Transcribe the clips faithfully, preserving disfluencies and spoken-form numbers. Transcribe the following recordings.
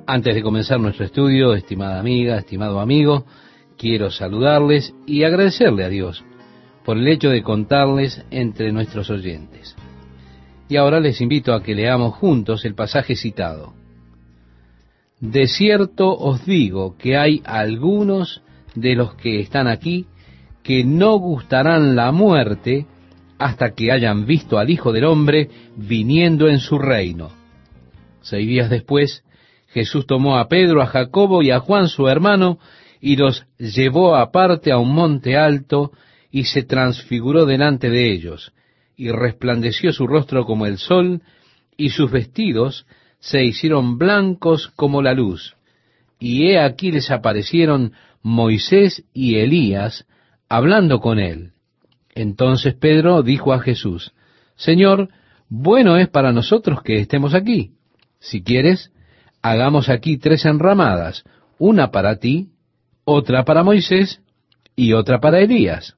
Antes de comenzar nuestro estudio, estimada amiga, estimado amigo, quiero saludarles y agradecerle a Dios por el hecho de contarles entre nuestros oyentes. Y ahora les invito a que leamos juntos el pasaje citado. De cierto os digo que hay algunos de los que están aquí que no gustarán la muerte hasta que hayan visto al Hijo del Hombre viniendo en su reino. Seis días después, Jesús tomó a Pedro, a Jacobo y a Juan su hermano, y los llevó aparte a un monte alto, y se transfiguró delante de ellos, y resplandeció su rostro como el sol, y sus vestidos se hicieron blancos como la luz. Y he aquí les aparecieron Moisés y Elías, hablando con él. Entonces Pedro dijo a Jesús, Señor, bueno es para nosotros que estemos aquí. Si quieres, hagamos aquí tres enramadas, una para ti, otra para Moisés y otra para Elías.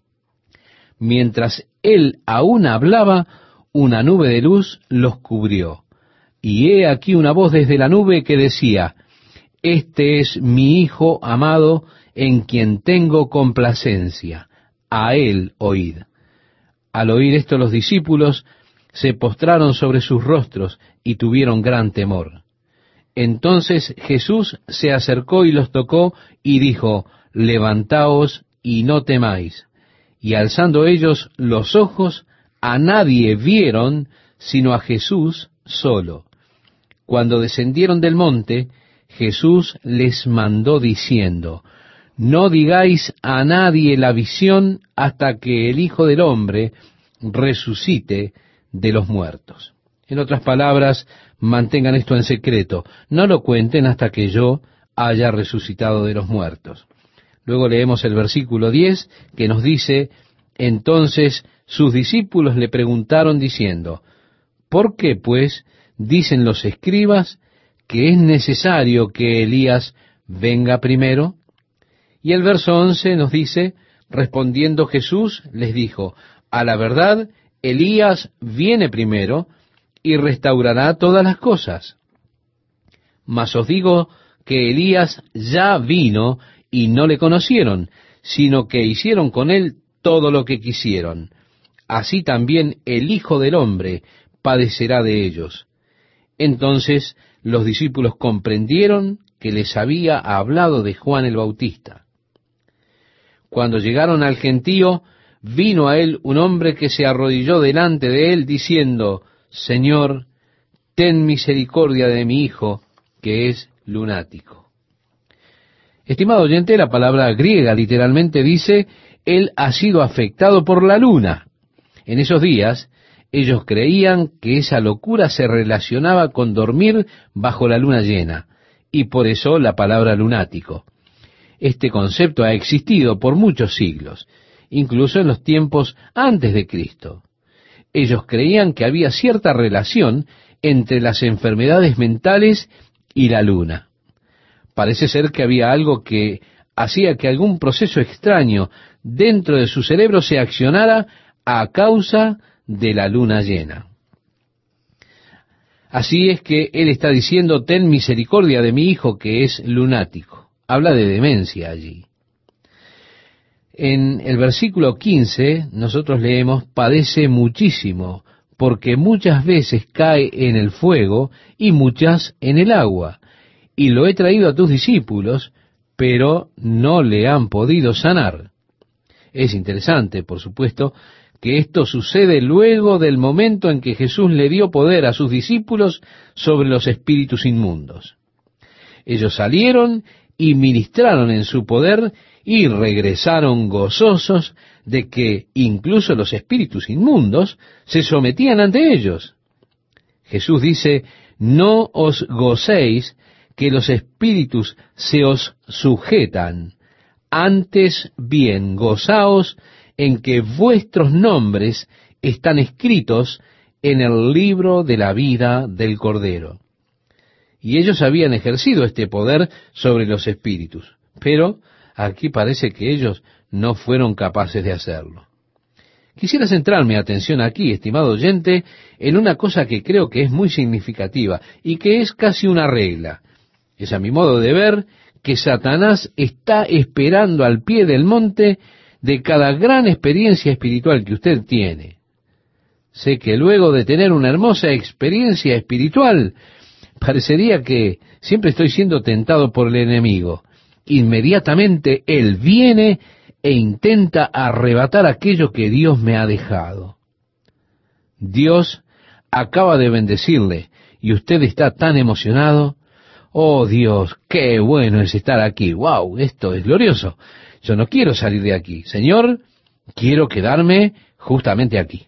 Mientras él aún hablaba, una nube de luz los cubrió. Y he aquí una voz desde la nube que decía, Este es mi Hijo amado, en quien tengo complacencia. A él oíd. Al oír esto los discípulos se postraron sobre sus rostros y tuvieron gran temor. Entonces Jesús se acercó y los tocó y dijo, Levantaos y no temáis. Y alzando ellos los ojos, a nadie vieron sino a Jesús solo. Cuando descendieron del monte, Jesús les mandó diciendo, No digáis a nadie la visión hasta que el Hijo del Hombre resucite de los muertos. En otras palabras, mantengan esto en secreto, no lo cuenten hasta que yo haya resucitado de los muertos. Luego leemos el versículo diez que nos dice, Entonces sus discípulos le preguntaron diciendo, ¿Por qué, pues, dicen los escribas que es necesario que Elías venga primero? Y el verso once nos dice, respondiendo Jesús les dijo, A la verdad, Elías viene primero y restaurará todas las cosas. Mas os digo que Elías ya vino y no le conocieron, sino que hicieron con él todo lo que quisieron. Así también el Hijo del Hombre padecerá de ellos. Entonces los discípulos comprendieron que les había hablado de Juan el Bautista. Cuando llegaron al gentío, vino a él un hombre que se arrodilló delante de él, diciendo, Señor, ten misericordia de mi hijo, que es lunático. Estimado oyente, la palabra griega literalmente dice, él ha sido afectado por la luna. En esos días, ellos creían que esa locura se relacionaba con dormir bajo la luna llena, y por eso la palabra lunático. Este concepto ha existido por muchos siglos, incluso en los tiempos antes de Cristo. Ellos creían que había cierta relación entre las enfermedades mentales y la luna. Parece ser que había algo que hacía que algún proceso extraño dentro de su cerebro se accionara a causa de la luna llena. Así es que él está diciendo, ten misericordia de mi hijo que es lunático. Habla de demencia allí. En el versículo quince nosotros leemos, padece muchísimo, porque muchas veces cae en el fuego y muchas en el agua. Y lo he traído a tus discípulos, pero no le han podido sanar. Es interesante, por supuesto, que esto sucede luego del momento en que Jesús le dio poder a sus discípulos sobre los espíritus inmundos. Ellos salieron y ministraron en su poder y regresaron gozosos de que incluso los espíritus inmundos se sometían ante ellos. Jesús dice, no os gocéis que los espíritus se os sujetan, antes bien gozaos en que vuestros nombres están escritos en el libro de la vida del Cordero. Y ellos habían ejercido este poder sobre los espíritus, pero aquí parece que ellos no fueron capaces de hacerlo. Quisiera centrar mi atención aquí, estimado oyente, en una cosa que creo que es muy significativa y que es casi una regla, Es a mi modo de ver que Satanás está esperando al pie del monte de cada gran experiencia espiritual que usted tiene. Sé que luego de tener una hermosa experiencia espiritual, parecería que siempre estoy siendo tentado por el enemigo. Inmediatamente él viene e intenta arrebatar aquello que Dios me ha dejado. Dios acaba de bendecirle y usted está tan emocionado. Oh Dios, qué bueno es estar aquí. ¡Wow! Esto es glorioso. Yo no quiero salir de aquí. Señor, quiero quedarme justamente aquí.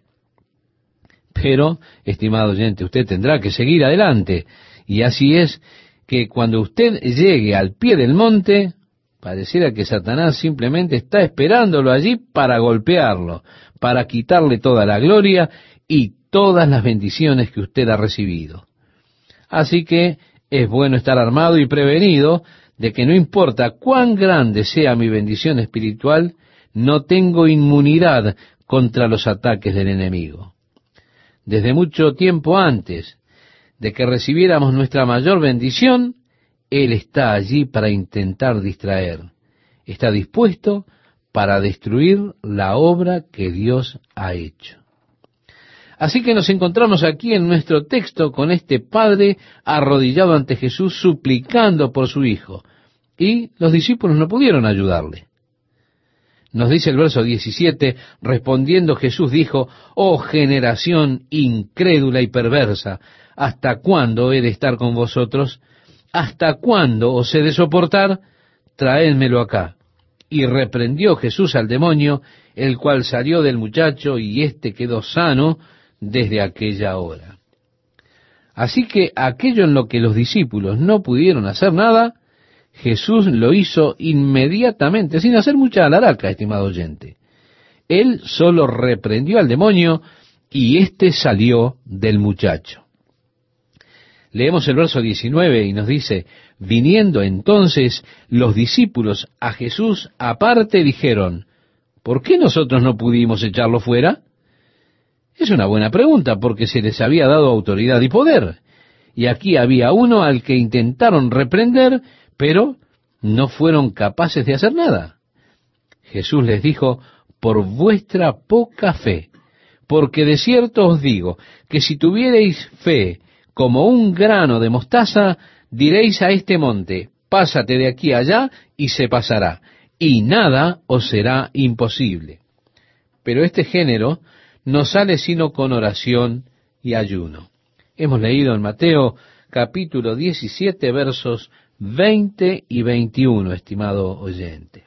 Pero, estimado oyente, usted tendrá que seguir adelante. Y así es que cuando usted llegue al pie del monte, pareciera que Satanás simplemente está esperándolo allí para golpearlo, para quitarle toda la gloria y todas las bendiciones que usted ha recibido. Así que es bueno estar armado y prevenido de que no importa cuán grande sea mi bendición espiritual, no tengo inmunidad contra los ataques del enemigo. Desde mucho tiempo antes de que recibiéramos nuestra mayor bendición, Él está allí para intentar distraer. Está dispuesto para destruir la obra que Dios ha hecho. Así que nos encontramos aquí en nuestro texto con este padre arrodillado ante Jesús suplicando por su hijo. Y los discípulos no pudieron ayudarle. Nos dice el verso diecisiete, respondiendo Jesús dijo, «Oh generación incrédula y perversa, ¿hasta cuándo he de estar con vosotros? ¿Hasta cuándo os he de soportar? Traédmelo acá». Y reprendió Jesús al demonio, el cual salió del muchacho, y éste quedó sano desde aquella hora. Así que aquello en lo que los discípulos no pudieron hacer nada, Jesús lo hizo inmediatamente, sin hacer mucha alaraca, estimado oyente. Él solo reprendió al demonio y éste salió del muchacho. Leemos el verso diecinueve y nos dice, viniendo entonces los discípulos a Jesús aparte, dijeron, ¿por qué nosotros no pudimos echarlo fuera? Es una buena pregunta, porque se les había dado autoridad y poder. Y aquí había uno al que intentaron reprender, pero no fueron capaces de hacer nada. Jesús les dijo, por vuestra poca fe, porque de cierto os digo, que si tuviereis fe como un grano de mostaza, diréis a este monte, pásate de aquí a allá, y se pasará, y nada os será imposible. Pero este género no sale sino con oración y ayuno. Hemos leído en Mateo capítulo diecisiete, versos veinte y veintiuno, estimado oyente.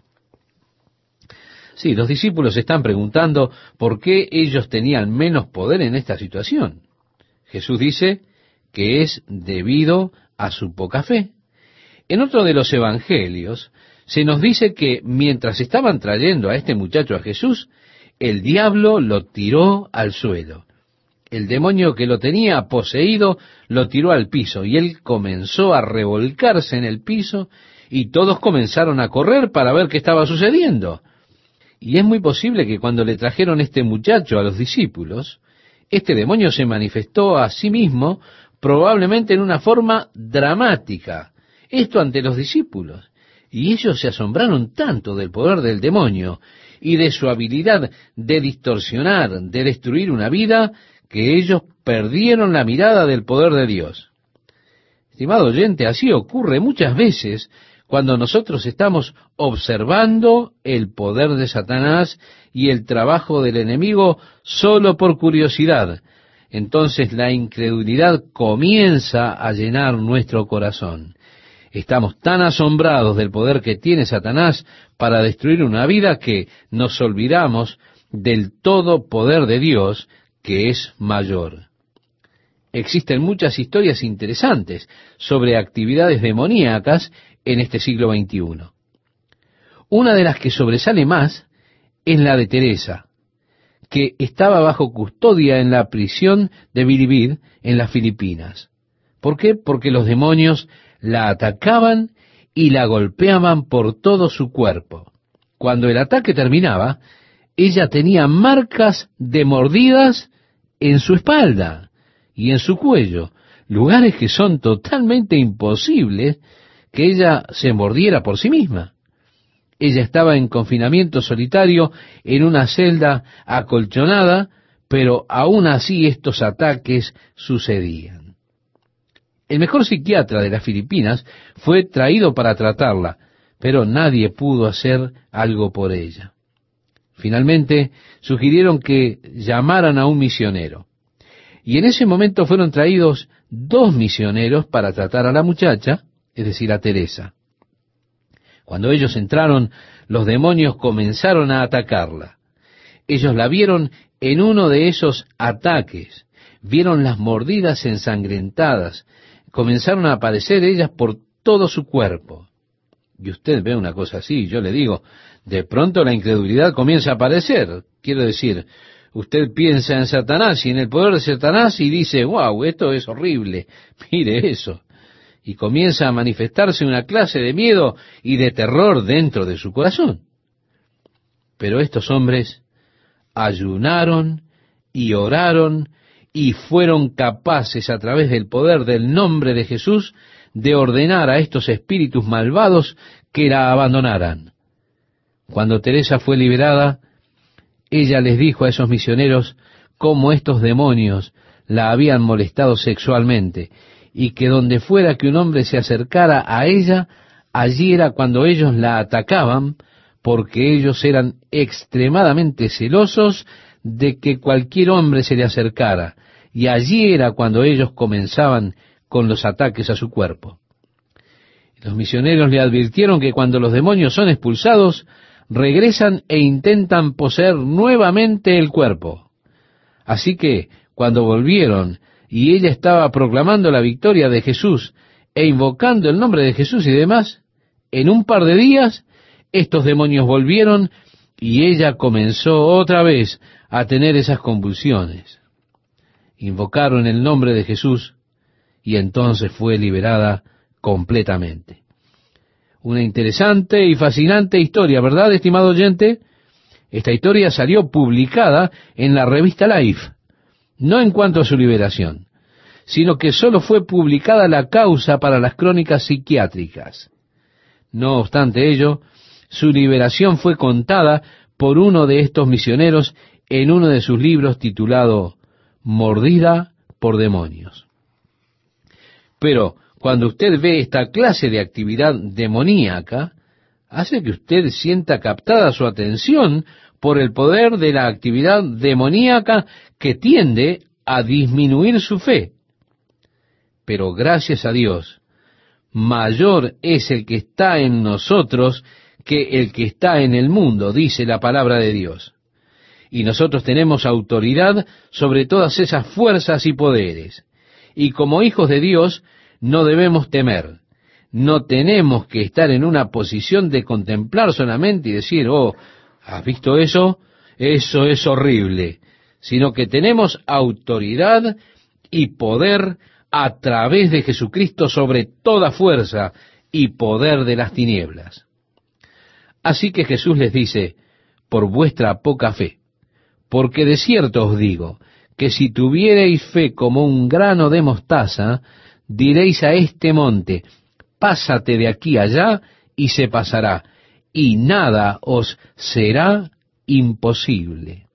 Sí, los discípulos están preguntando por qué ellos tenían menos poder en esta situación. Jesús dice que es debido a su poca fe. En otro de los evangelios se nos dice que mientras estaban trayendo a este muchacho a Jesús, el diablo lo tiró al suelo. El demonio que lo tenía poseído lo tiró al piso y él comenzó a revolcarse en el piso y todos comenzaron a correr para ver qué estaba sucediendo. Y es muy posible que cuando le trajeron este muchacho a los discípulos, este demonio se manifestó a sí mismo probablemente en una forma dramática, esto ante los discípulos. Y ellos se asombraron tanto del poder del demonio y de su habilidad de distorsionar, de destruir una vida, que ellos perdieron la mirada del poder de Dios. Estimado oyente, así ocurre muchas veces cuando nosotros estamos observando el poder de Satanás y el trabajo del enemigo solo por curiosidad. Entonces la incredulidad comienza a llenar nuestro corazón. Estamos tan asombrados del poder que tiene Satanás para destruir una vida que nos olvidamos del todo poder de Dios, que es mayor. Existen muchas historias interesantes sobre actividades demoníacas en este siglo veintiuno. Una de las que sobresale más es la de Teresa, que estaba bajo custodia en la prisión de Bilibid en las Filipinas. ¿Por qué? Porque los demonios la atacaban y la golpeaban por todo su cuerpo. Cuando el ataque terminaba, ella tenía marcas de mordidas en su espalda y en su cuello, lugares que son totalmente imposibles que ella se mordiera por sí misma. Ella estaba en confinamiento solitario en una celda acolchonada, pero aún así estos ataques sucedían. El mejor psiquiatra de las Filipinas fue traído para tratarla, pero nadie pudo hacer algo por ella. Finalmente sugirieron que llamaran a un misionero. Y en ese momento fueron traídos dos misioneros para tratar a la muchacha, es decir, a Teresa. Cuando ellos entraron, los demonios comenzaron a atacarla. Ellos la vieron en uno de esos ataques, vieron las mordidas ensangrentadas, comenzaron a aparecer ellas por todo su cuerpo. Y usted ve una cosa así, yo le digo, de pronto la incredulidad comienza a aparecer. Quiero decir, usted piensa en Satanás y en el poder de Satanás y dice, wow, esto es horrible, mire eso. Y comienza a manifestarse una clase de miedo y de terror dentro de su corazón. Pero estos hombres ayunaron y oraron y fueron capaces a través del poder del nombre de Jesús de ordenar a estos espíritus malvados que la abandonaran. Cuando Teresa fue liberada, ella les dijo a esos misioneros cómo estos demonios la habían molestado sexualmente y que donde fuera que un hombre se acercara a ella, allí era cuando ellos la atacaban, porque ellos eran extremadamente celosos de que cualquier hombre se le acercara, y allí era cuando ellos comenzaban con los ataques a su cuerpo. Los misioneros le advirtieron que cuando los demonios son expulsados, regresan e intentan poseer nuevamente el cuerpo. Así que, cuando volvieron y ella estaba proclamando la victoria de Jesús e invocando el nombre de Jesús y demás, en un par de días, estos demonios volvieron y ella comenzó otra vez a tener esas convulsiones. Invocaron el nombre de Jesús y entonces fue liberada completamente. Una interesante y fascinante historia, ¿verdad, estimado oyente? Esta historia salió publicada en la revista Life, no en cuanto a su liberación, sino que solo fue publicada la causa para las crónicas psiquiátricas. No obstante ello, su liberación fue contada por uno de estos misioneros en uno de sus libros titulado Mordida por demonios. Pero cuando usted ve esta clase de actividad demoníaca, hace que usted sienta captada su atención por el poder de la actividad demoníaca que tiende a disminuir su fe. Pero gracias a Dios, mayor es el que está en nosotros que el que está en el mundo, dice la palabra de Dios. Y nosotros tenemos autoridad sobre todas esas fuerzas y poderes. Y como hijos de Dios, no debemos temer. No tenemos que estar en una posición de contemplar solamente y decir, oh, ¿has visto eso? Eso es horrible. Sino que tenemos autoridad y poder a través de Jesucristo sobre toda fuerza y poder de las tinieblas. Así que Jesús les dice, por vuestra poca fe, porque de cierto os digo, que si tuviereis fe como un grano de mostaza, diréis a este monte, pásate de aquí allá, y se pasará, y nada os será imposible.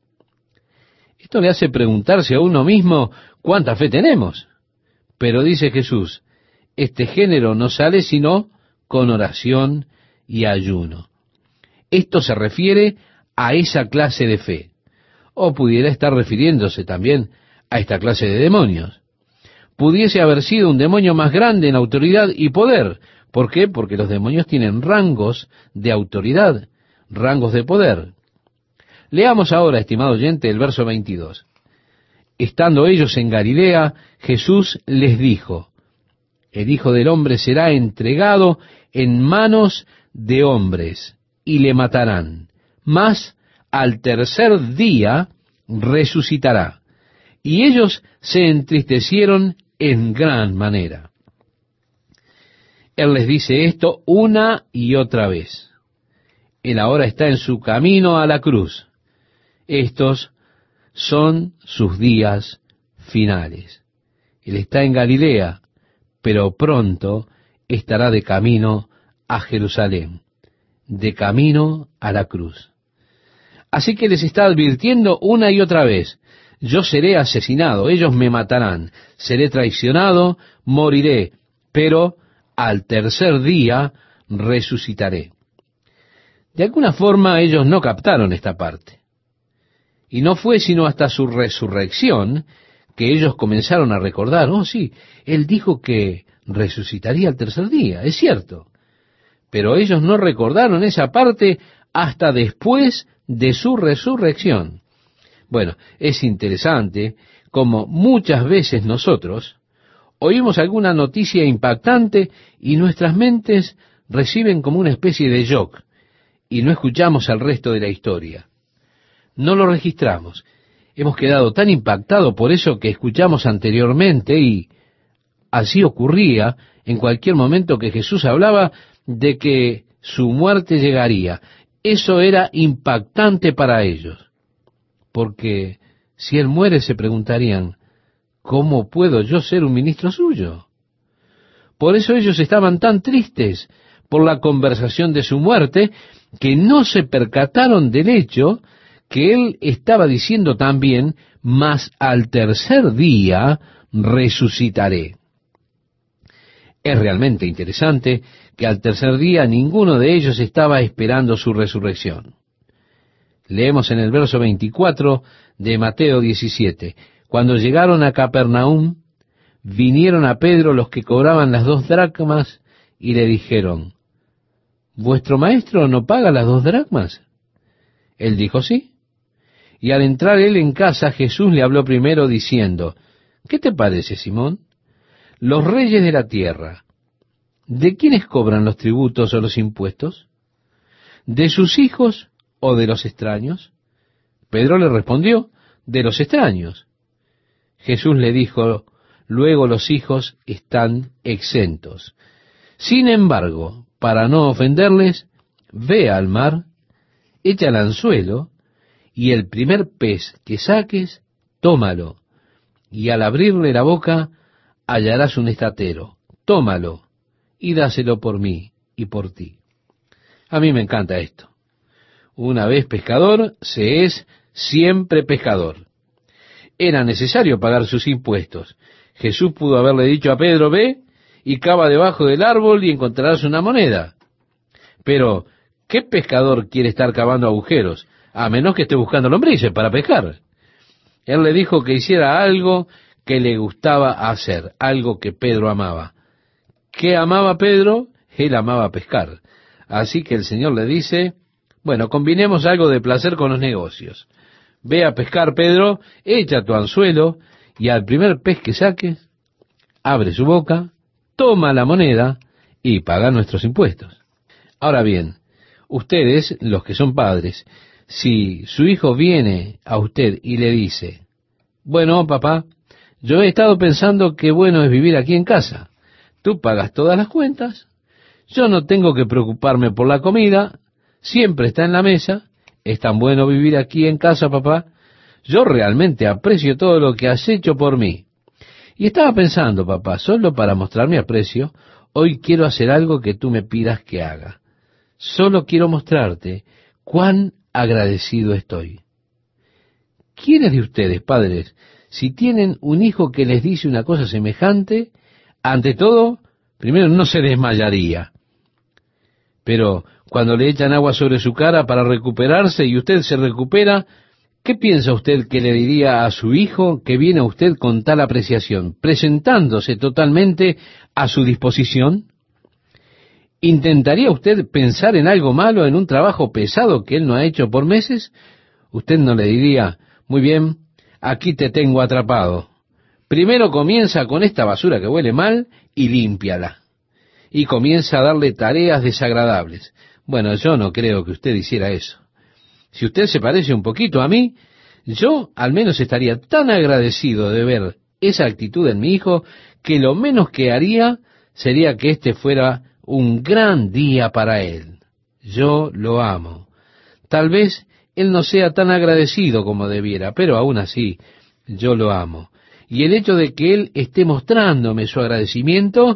Esto le hace preguntarse a uno mismo, ¿cuánta fe tenemos? Pero dice Jesús, este género no sale sino con oración y ayuno. Esto se refiere a esa clase de fe, o pudiera estar refiriéndose también a esta clase de demonios. Pudiese haber sido un demonio más grande en autoridad y poder. ¿Por qué? Porque los demonios tienen rangos de autoridad, rangos de poder. Leamos ahora, estimado oyente, el verso veintidós. Estando ellos en Galilea, Jesús les dijo, el Hijo del Hombre será entregado en manos de hombres, y le matarán, mas al tercer día resucitará. Y ellos se entristecieron en gran manera. Él les dice esto una y otra vez. Él ahora está en su camino a la cruz. Estos son sus días finales. Él está en Galilea, pero pronto estará de camino a Jerusalén, de camino a la cruz. Así que les está advirtiendo una y otra vez: yo seré asesinado, ellos me matarán, seré traicionado, moriré, pero al tercer día resucitaré. De alguna forma ellos no captaron esta parte. Y no fue sino hasta su resurrección que ellos comenzaron a recordar: oh sí, Él dijo que resucitaría al tercer día, es cierto. Pero ellos no recordaron esa parte hasta después de su resurrección. Bueno, es interesante como muchas veces nosotros oímos alguna noticia impactante y nuestras mentes reciben como una especie de shock y no escuchamos el resto de la historia. No lo registramos. Hemos quedado tan impactados por eso que escuchamos anteriormente, y así ocurría en cualquier momento que Jesús hablaba de que su muerte llegaría. Eso era impactante para ellos, porque si Él muere se preguntarían: ¿cómo puedo yo ser un ministro suyo? Por eso ellos estaban tan tristes por la conversación de su muerte, que no se percataron del hecho que Él estaba diciendo también: mas al tercer día resucitaré. Es realmente interesante que al tercer día ninguno de ellos estaba esperando su resurrección. Leemos en el verso veinticuatro de Mateo diecisiete: cuando llegaron a Capernaum, vinieron a Pedro los que cobraban las dos dracmas y le dijeron: ¿vuestro maestro no paga las dos dracmas? Él dijo: sí. Y al entrar él en casa, Jesús le habló primero diciendo: ¿qué te parece, Simón? Los reyes de la tierra, ¿de quiénes cobran los tributos o los impuestos? ¿De sus hijos o de los extraños? Pedro le respondió: de los extraños. Jesús le dijo: luego los hijos están exentos. Sin embargo, para no ofenderles, ve al mar, echa el anzuelo, y el primer pez que saques, tómalo, y al abrirle la boca hallarás un estatero. Tómalo y dáselo por mí y por ti. A mí me encanta esto. Una vez pescador, se es siempre pescador. Era necesario pagar sus impuestos. Jesús pudo haberle dicho a Pedro: ve y cava debajo del árbol y encontrarás una moneda. Pero, ¿qué pescador quiere estar cavando agujeros? A menos que esté buscando lombrices para pescar. Él le dijo que hiciera algo que le gustaba hacer, algo que Pedro amaba. ¿Qué amaba Pedro? Él amaba pescar. Así que el Señor le dice: bueno, combinemos algo de placer con los negocios. Ve a pescar, Pedro, echa tu anzuelo, y al primer pez que saques, abre su boca, toma la moneda y paga nuestros impuestos. Ahora bien, ustedes, los que son padres, si su hijo viene a usted y le dice: bueno, papá, yo he estado pensando que bueno es vivir aquí en casa. Tú pagas todas las cuentas, yo no tengo que preocuparme por la comida, siempre está en la mesa. Es tan bueno vivir aquí en casa, papá. Yo realmente aprecio todo lo que has hecho por mí. Y estaba pensando, papá, solo para mostrar mi aprecio, hoy quiero hacer algo que tú me pidas que haga. Solo quiero mostrarte cuán agradecido estoy. ¿Quiénes de ustedes, padres, si tienen un hijo que les dice una cosa semejante, ante todo, primero no se desmayaría? Pero cuando le echan agua sobre su cara para recuperarse y usted se recupera, ¿qué piensa usted que le diría a su hijo que viene a usted con tal apreciación, presentándose totalmente a su disposición? ¿Intentaría usted pensar en algo malo, en un trabajo pesado que él no ha hecho por meses? Usted no le diría: muy bien, aquí te tengo atrapado. Primero comienza con esta basura que huele mal y límpiala. Y comienza a darle tareas desagradables. Bueno, yo no creo que usted hiciera eso. Si usted se parece un poquito a mí, yo al menos estaría tan agradecido de ver esa actitud en mi hijo, que lo menos que haría sería que este fuera un gran día para él. Yo lo amo. Tal vez él no sea tan agradecido como debiera, pero aún así, yo lo amo. Y el hecho de que él esté mostrándome su agradecimiento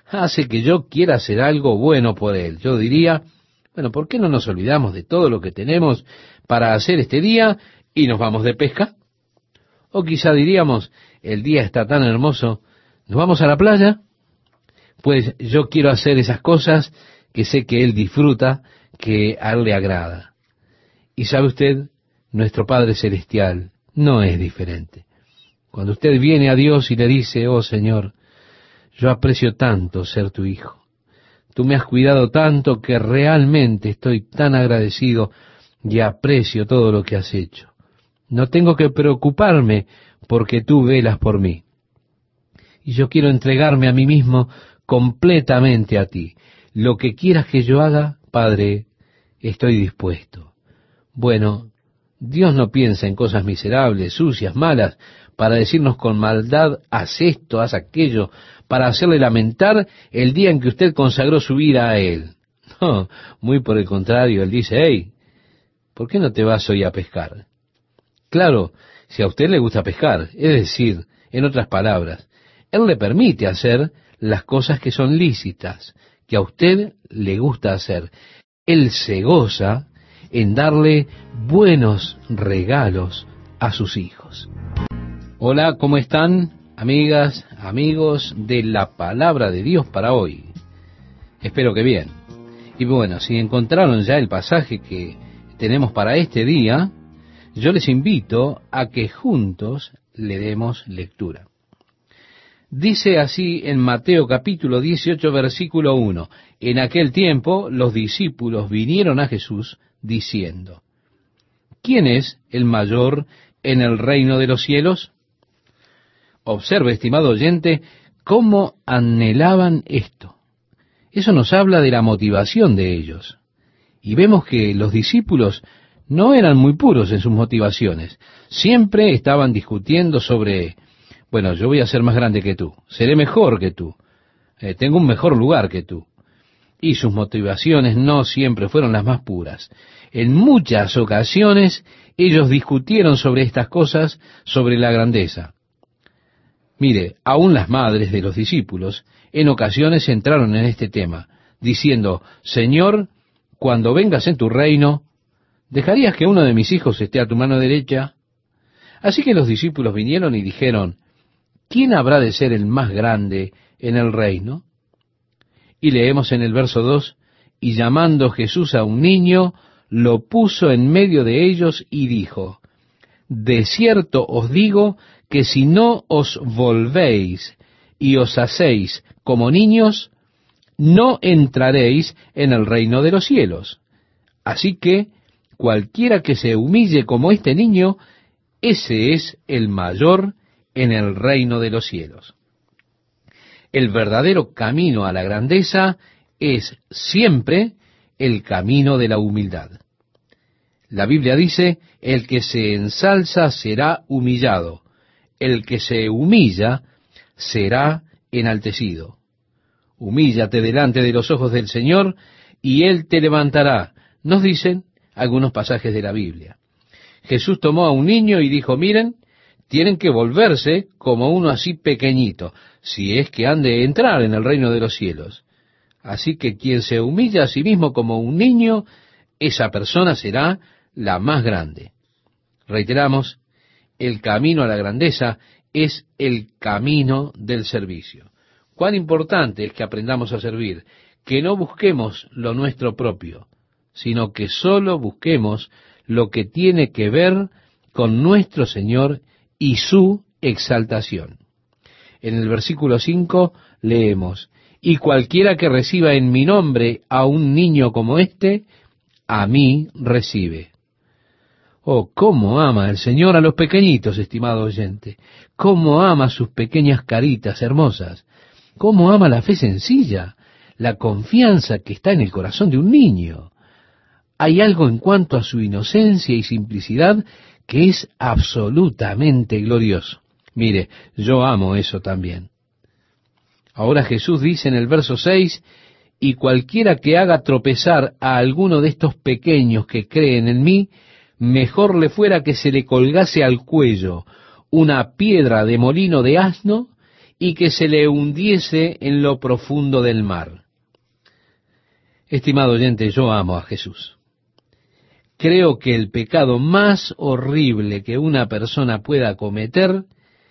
hace que yo quiera hacer algo bueno por él. Yo diría, bueno, ¿por qué no nos olvidamos de todo lo que tenemos para hacer este día y nos vamos de pesca? O quizá diríamos, el día está tan hermoso, ¿nos vamos a la playa? Pues yo quiero hacer esas cosas que sé que él disfruta, que a él le agrada. Y sabe usted, nuestro Padre Celestial no es diferente. Cuando usted viene a Dios y le dice, oh Señor, yo aprecio tanto ser tu hijo. Tú me has cuidado tanto que realmente estoy tan agradecido y aprecio todo lo que has hecho. No tengo que preocuparme porque tú velas por mí. Y yo quiero entregarme a mí mismo completamente a ti. Lo que quieras que yo haga, Padre, estoy dispuesto. Bueno, Dios no piensa en cosas miserables, sucias, malas, para decirnos con maldad, haz esto, haz aquello, para hacerle lamentar el día en que usted consagró su vida a Él. No, muy por el contrario, Él dice, hey, ¿por qué no te vas hoy a pescar? Claro, si a usted le gusta pescar, es decir, en otras palabras, Él le permite hacer las cosas que son lícitas, que a usted le gusta hacer. Él se goza en darle buenos regalos a sus hijos. Hola, ¿cómo están, amigas, amigos de la Palabra de Dios para hoy? Espero que bien. Y bueno, si encontraron ya el pasaje que tenemos para este día, yo les invito a que juntos le demos lectura. Dice así en Mateo capítulo dieciocho, versículo uno, en aquel tiempo los discípulos vinieron a Jesús diciendo, ¿quién es el mayor en el reino de los cielos? Observe, estimado oyente, cómo anhelaban esto. Eso nos habla de la motivación de ellos. Y vemos que los discípulos no eran muy puros en sus motivaciones. Siempre estaban discutiendo sobre, bueno, yo voy a ser más grande que tú, seré mejor que tú, eh, tengo un mejor lugar que tú. Y sus motivaciones no siempre fueron las más puras. En muchas ocasiones ellos discutieron sobre estas cosas, sobre la grandeza. Mire, aún las madres de los discípulos en ocasiones entraron en este tema, diciendo, Señor, cuando vengas en tu reino, ¿dejarías que uno de mis hijos esté a tu mano derecha? Así que los discípulos vinieron y dijeron, ¿quién habrá de ser el más grande en el reino? Y leemos en el verso dos, y llamando Jesús a un niño, lo puso en medio de ellos y dijo, de cierto os digo que si no os volvéis y os hacéis como niños, no entraréis en el reino de los cielos. Así que cualquiera que se humille como este niño, ese es el mayor en el reino de los cielos. El verdadero camino a la grandeza es siempre el camino de la humildad. La Biblia dice, el que se ensalza será humillado, el que se humilla será enaltecido. Humíllate delante de los ojos del Señor y Él te levantará, nos dicen algunos pasajes de la Biblia. Jesús tomó a un niño y dijo, miren, tienen que volverse como uno así pequeñito, si es que han de entrar en el reino de los cielos. Así que quien se humilla a sí mismo como un niño, esa persona será la más grande. Reiteramos, el camino a la grandeza es el camino del servicio. Cuán importante es que aprendamos a servir, que no busquemos lo nuestro propio, sino que solo busquemos lo que tiene que ver con nuestro Señor y su exaltación. En el versículo cinco leemos, y cualquiera que reciba en mi nombre a un niño como este, a mí recibe. Oh, cómo ama el Señor a los pequeñitos, estimado oyente. Cómo ama sus pequeñas caritas hermosas. Cómo ama la fe sencilla, la confianza que está en el corazón de un niño. Hay algo en cuanto a su inocencia y simplicidad que es absolutamente glorioso. Mire, yo amo eso también. Ahora Jesús dice en el verso seis, y cualquiera que haga tropezar a alguno de estos pequeños que creen en mí, mejor le fuera que se le colgase al cuello una piedra de molino de asno y que se le hundiese en lo profundo del mar. Estimado oyente, yo amo a Jesús. Creo que el pecado más horrible que una persona pueda cometer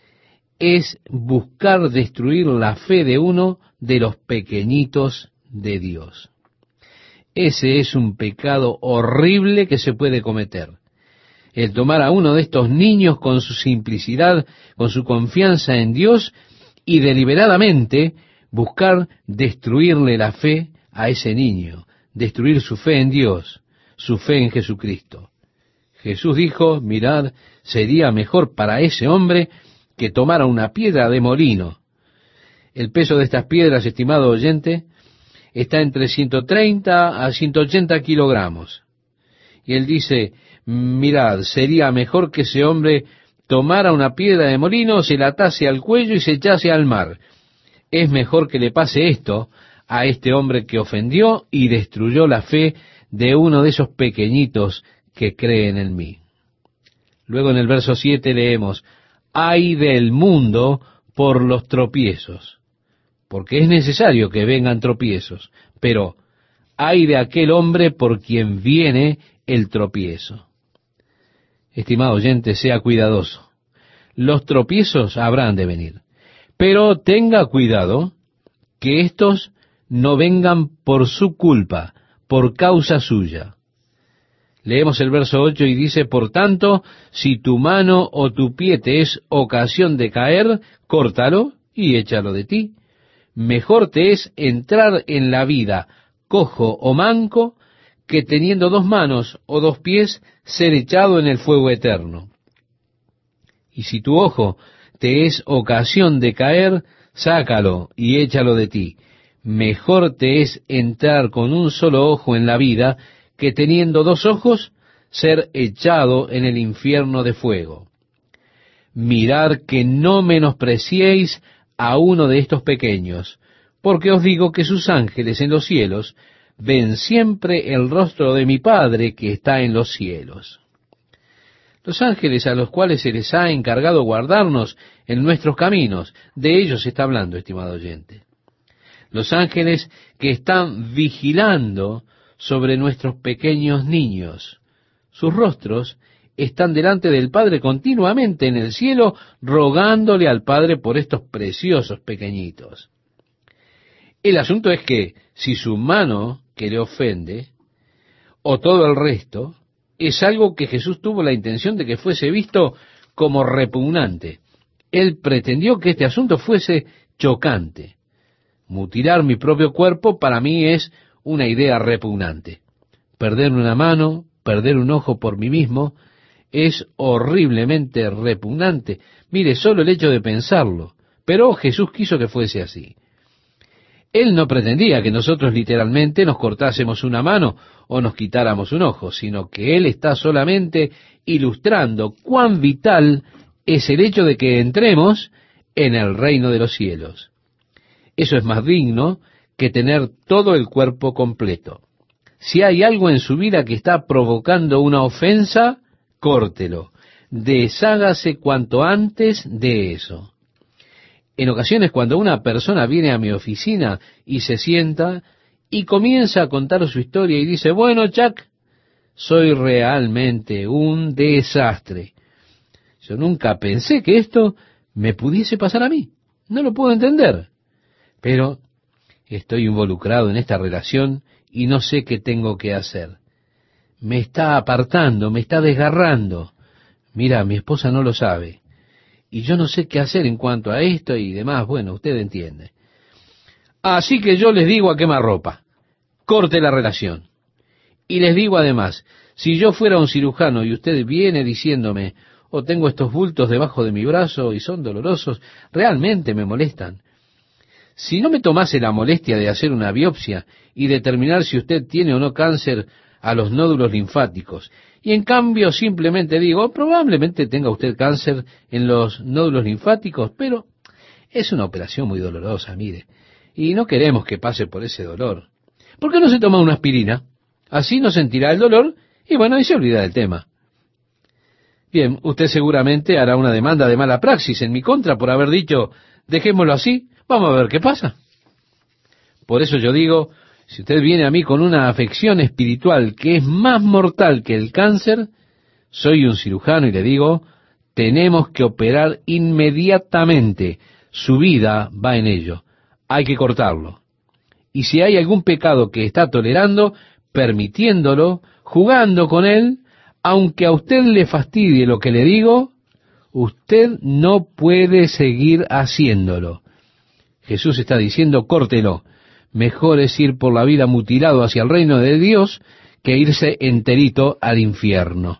es buscar destruir la fe de uno de los pequeñitos de Dios. Ese es un pecado horrible que se puede cometer. El tomar a uno de estos niños con su simplicidad, con su confianza en Dios, y deliberadamente buscar destruirle la fe a ese niño, destruir su fe en Dios, su fe en Jesucristo. Jesús dijo, mirad, sería mejor para ese hombre que tomara una piedra de molino. El peso de estas piedras, estimado oyente, está entre ciento treinta a ciento ochenta kilogramos. Y él dice, mirad, sería mejor que ese hombre tomara una piedra de molino, se la atase al cuello y se echase al mar. Es mejor que le pase esto a este hombre que ofendió y destruyó la fe de uno de esos pequeñitos que creen en mí. Luego en el verso siete leemos, ay del mundo por los tropiezos, porque es necesario que vengan tropiezos, pero ay de aquel hombre por quien viene el tropiezo. Estimado oyente, sea cuidadoso. Los tropiezos habrán de venir, pero tenga cuidado que éstos no vengan por su culpa, por causa suya. Leemos el verso ocho y dice, por tanto, si tu mano o tu pie te es ocasión de caer, córtalo y échalo de ti. Mejor te es entrar en la vida cojo o manco, que teniendo dos manos o dos pies, ser echado en el fuego eterno. Y si tu ojo te es ocasión de caer, sácalo y échalo de ti. Mejor te es entrar con un solo ojo en la vida, que teniendo dos ojos, ser echado en el infierno de fuego. Mirad que no menospreciéis a uno de estos pequeños, porque os digo que sus ángeles en los cielos ven siempre el rostro de mi Padre que está en los cielos. Los ángeles a los cuales se les ha encargado guardarnos en nuestros caminos, de ellos está hablando, estimado oyente. Los ángeles que están vigilando sobre nuestros pequeños niños. Sus rostros están delante del Padre continuamente en el cielo, rogándole al Padre por estos preciosos pequeñitos. El asunto es que si su mano que le ofende, o todo el resto, es algo que Jesús tuvo la intención de que fuese visto como repugnante. Él pretendió que este asunto fuese chocante. Mutilar mi propio cuerpo para mí es una idea repugnante. Perder una mano, perder un ojo por mí mismo, es horriblemente repugnante. Mire, solo el hecho de pensarlo. Pero Jesús quiso que fuese así. Él no pretendía que nosotros literalmente nos cortásemos una mano o nos quitáramos un ojo, sino que Él está solamente ilustrando cuán vital es el hecho de que entremos en el reino de los cielos. Eso es más digno que tener todo el cuerpo completo. Si hay algo en su vida que está provocando una ofensa, córtelo. Deshágase cuanto antes de eso. En ocasiones, cuando una persona viene a mi oficina y se sienta y comienza a contar su historia y dice, bueno, Chuck, soy realmente un desastre. Yo nunca pensé que esto me pudiese pasar a mí. No lo puedo entender. Pero estoy involucrado en esta relación y no sé qué tengo que hacer. Me está apartando, me está desgarrando. Mira, mi esposa no lo sabe. Y yo no sé qué hacer en cuanto a esto y demás. Bueno, usted entiende. Así que yo les digo a quemarropa, corte la relación. Y les digo además, si yo fuera un cirujano y usted viene diciéndome, oh, tengo estos bultos debajo de mi brazo y son dolorosos, realmente me molestan. Si no me tomase la molestia de hacer una biopsia y determinar si usted tiene o no cáncer a los nódulos linfáticos, y en cambio simplemente digo, probablemente tenga usted cáncer en los nódulos linfáticos, pero es una operación muy dolorosa, mire, y no queremos que pase por ese dolor. ¿Por qué no se toma una aspirina? Así no sentirá el dolor y bueno, y se olvida del tema. Bien, usted seguramente hará una demanda de mala praxis en mi contra por haber dicho, dejémoslo así, vamos a ver qué pasa. Por eso yo digo, si usted viene a mí con una afección espiritual que es más mortal que el cáncer, soy un cirujano y le digo, tenemos que operar inmediatamente. Su vida va en ello. Hay que cortarlo. Y si hay algún pecado que está tolerando, permitiéndolo, jugando con él, aunque a usted le fastidie lo que le digo, usted no puede seguir haciéndolo. Jesús está diciendo, córtelo. Mejor es ir por la vida mutilado hacia el reino de Dios que irse enterito al infierno.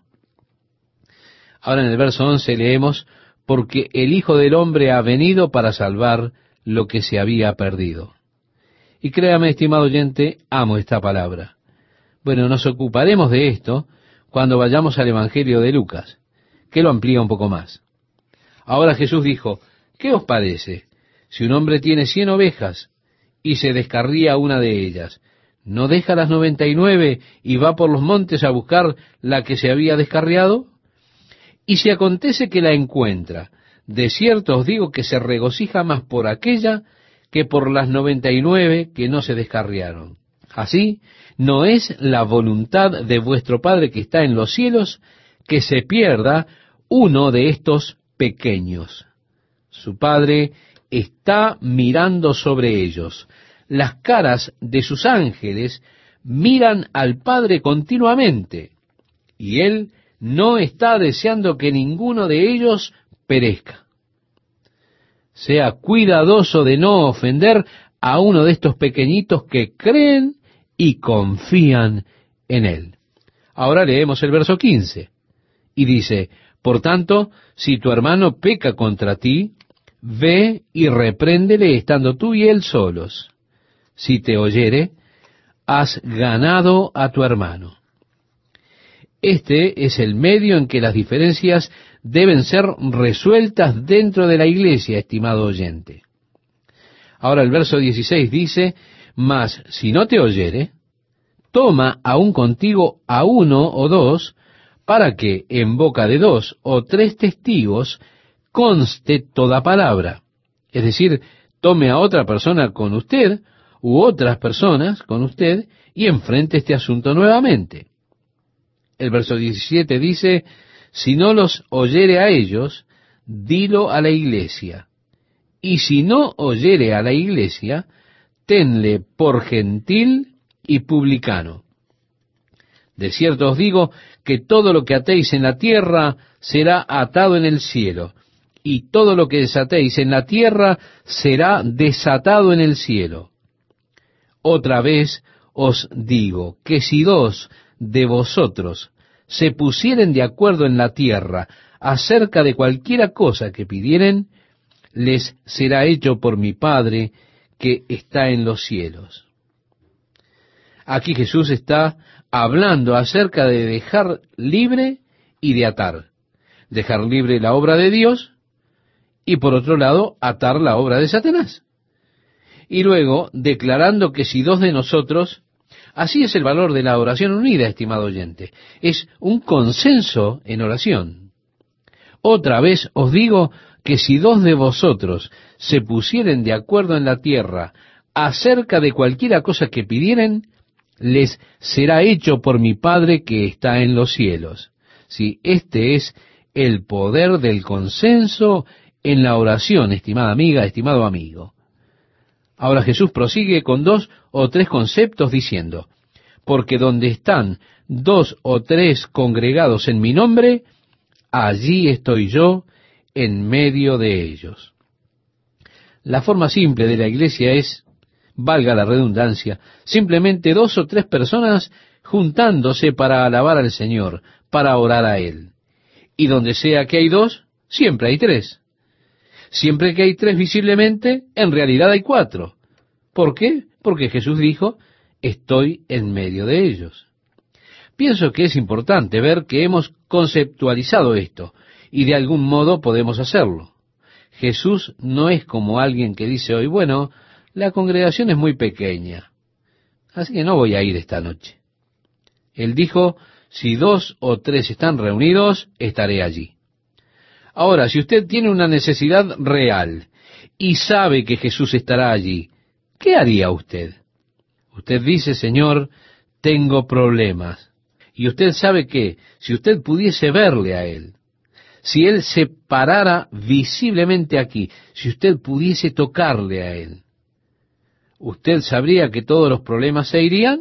Ahora en el verso once leemos, porque el Hijo del Hombre ha venido para salvar lo que se había perdido. Y créame, estimado oyente, amo esta palabra. Bueno, nos ocuparemos de esto cuando vayamos al Evangelio de Lucas, que lo amplía un poco más. Ahora Jesús dijo, ¿qué os parece? Si un hombre tiene cien ovejas y se descarría una de ellas, ¿no deja las noventa y nueve y va por los montes a buscar la que se había descarriado? Y si acontece que la encuentra, de cierto os digo que se regocija más por aquella que por las noventa y nueve que no se descarriaron. Así, no es la voluntad de vuestro Padre que está en los cielos que se pierda uno de estos pequeños. Su Padre está mirando sobre ellos. Las caras de sus ángeles miran al Padre continuamente, y Él no está deseando que ninguno de ellos perezca. Sea cuidadoso de no ofender a uno de estos pequeñitos que creen y confían en Él. Ahora leemos el verso quince, y dice, por tanto, si tu hermano peca contra ti, ve y repréndele estando tú y él solos. Si te oyere, has ganado a tu hermano. Este es el medio en que las diferencias deben ser resueltas dentro de la iglesia, estimado oyente. Ahora el verso dieciséis dice, mas si no te oyere, toma aún contigo a uno o dos, para que en boca de dos o tres testigos conste toda palabra. Es decir, tome a otra persona con usted, u otras personas con usted, y enfrente este asunto nuevamente. El verso diecisiete dice, si no los oyere a ellos, dilo a la iglesia. Y si no oyere a la iglesia, tenle por gentil y publicano. De cierto os digo que todo lo que atéis en la tierra será atado en el cielo, y todo lo que desatéis en la tierra será desatado en el cielo. Otra vez os digo que si dos de vosotros se pusieren de acuerdo en la tierra acerca de cualquiera cosa que pidieren, les será hecho por mi Padre que está en los cielos. Aquí Jesús está hablando acerca de dejar libre y de atar. Dejar libre la obra de Dios y por otro lado atar la obra de Satanás. Y luego declarando que si dos de nosotros, así es el valor de la oración unida, estimado oyente, es un consenso en oración. Otra vez os digo que si dos de vosotros se pusieren de acuerdo en la tierra acerca de cualquiera cosa que pidieren, les será hecho por mi Padre que está en los cielos. Si este es el poder del consenso en la oración, estimada amiga, estimado amigo. Ahora Jesús prosigue con dos o tres conceptos diciendo, porque donde están dos o tres congregados en mi nombre, allí estoy yo en medio de ellos. La forma simple de la iglesia es, valga la redundancia, simplemente dos o tres personas juntándose para alabar al Señor, para orar a Él. Y donde sea que hay dos, siempre hay tres. Siempre que hay tres visiblemente, en realidad hay cuatro. ¿Por qué? Porque Jesús dijo, estoy en medio de ellos. Pienso que es importante ver que hemos conceptualizado esto, y de algún modo podemos hacerlo. Jesús no es como alguien que dice hoy, bueno, la congregación es muy pequeña, así que no voy a ir esta noche. Él dijo, si dos o tres están reunidos, estaré allí. Ahora, si usted tiene una necesidad real y sabe que Jesús estará allí, ¿qué haría usted? Usted dice, Señor, tengo problemas. Y usted sabe que si usted pudiese verle a Él, si Él se parara visiblemente aquí, si usted pudiese tocarle a Él, ¿usted sabría que todos los problemas se irían?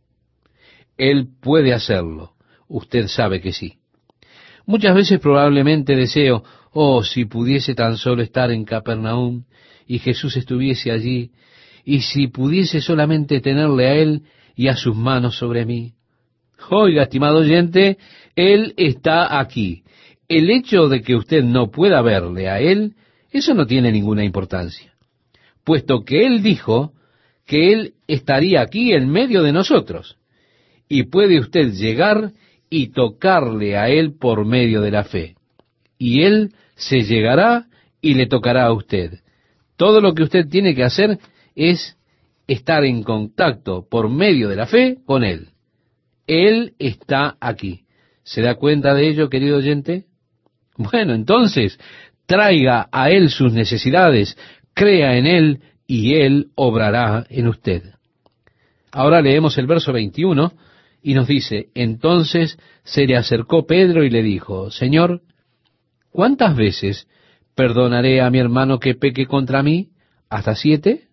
Él puede hacerlo. Usted sabe que sí. Muchas veces probablemente deseo, oh, si pudiese tan solo estar en Capernaum y Jesús estuviese allí, y si pudiese solamente tenerle a Él y a sus manos sobre mí. Oiga, estimado oyente, Él está aquí. El hecho de que usted no pueda verle a Él, eso no tiene ninguna importancia, puesto que Él dijo que Él estaría aquí en medio de nosotros, y puede usted llegar y tocarle a Él por medio de la fe, y Él se llegará y le tocará a usted. Todo lo que usted tiene que hacer es estar en contacto por medio de la fe con Él. Él está aquí. ¿Se da cuenta de ello, querido oyente? Bueno, entonces, traiga a Él sus necesidades, crea en Él, y Él obrará en usted. Ahora leemos el verso veintiuno, y nos dice, entonces se le acercó Pedro y le dijo, Señor, ¿cuántas veces perdonaré a mi hermano que peque contra mí? ¿Hasta siete?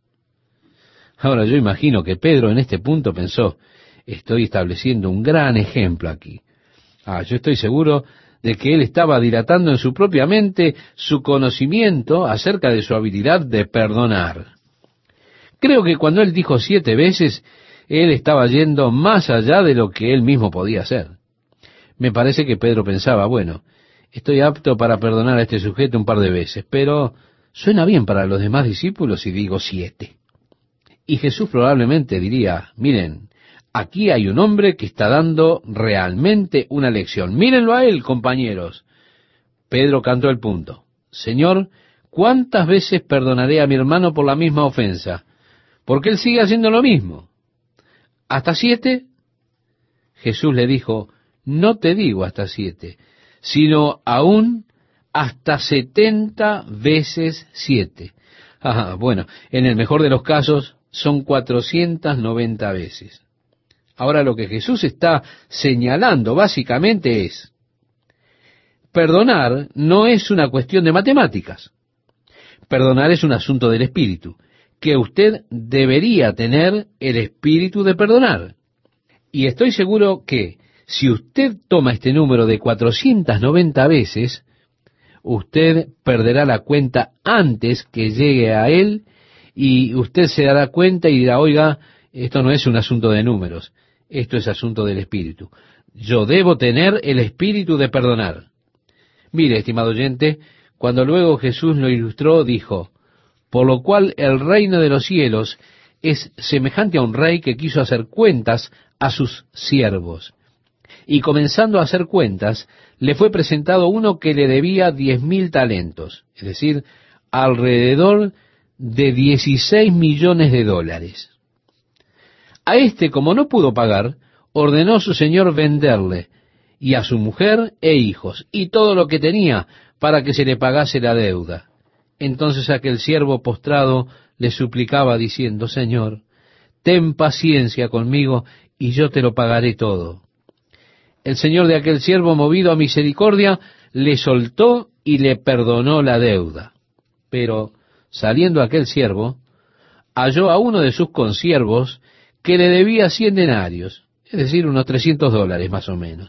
Ahora yo imagino que Pedro en este punto pensó, estoy estableciendo un gran ejemplo aquí. Ah, yo estoy seguro de que él estaba dilatando en su propia mente su conocimiento acerca de su habilidad de perdonar. Creo que cuando él dijo siete veces, él estaba yendo más allá de lo que él mismo podía hacer. Me parece que Pedro pensaba, bueno, estoy apto para perdonar a este sujeto un par de veces, pero suena bien para los demás discípulos si digo siete. Y Jesús probablemente diría, miren, aquí hay un hombre que está dando realmente una lección. Mírenlo a él, compañeros. Pedro cantó el punto. Señor, ¿cuántas veces perdonaré a mi hermano por la misma ofensa? Porque él sigue haciendo lo mismo. ¿Hasta siete? Jesús le dijo, no te digo hasta siete, sino aún hasta setenta veces siete. Ah, bueno, en el mejor de los casos son cuatrocientas noventa veces. Ahora lo que Jesús está señalando básicamente es, perdonar no es una cuestión de matemáticas. Perdonar es un asunto del espíritu, que usted debería tener el espíritu de perdonar. Y estoy seguro que si usted toma este número de cuatrocientas noventa veces, usted perderá la cuenta antes que llegue a él, y usted se dará cuenta y dirá, oiga, esto no es un asunto de números, esto es asunto del espíritu. Yo debo tener el espíritu de perdonar. Mire, estimado oyente, cuando luego Jesús lo ilustró, dijo, por lo cual el reino de los cielos es semejante a un rey que quiso hacer cuentas a sus siervos. Y comenzando a hacer cuentas, le fue presentado uno que le debía diez mil talentos, es decir, alrededor de dieciséis millones de dólares. A este, como no pudo pagar, ordenó su señor venderle, y a su mujer e hijos, y todo lo que tenía, para que se le pagase la deuda. Entonces aquel siervo postrado le suplicaba diciendo, Señor, ten paciencia conmigo, y yo te lo pagaré todo. El señor de aquel siervo, movido a misericordia, le soltó y le perdonó la deuda. Pero, saliendo aquel siervo, halló a uno de sus consiervos que le debía cien denarios, es decir, unos trescientos dólares más o menos.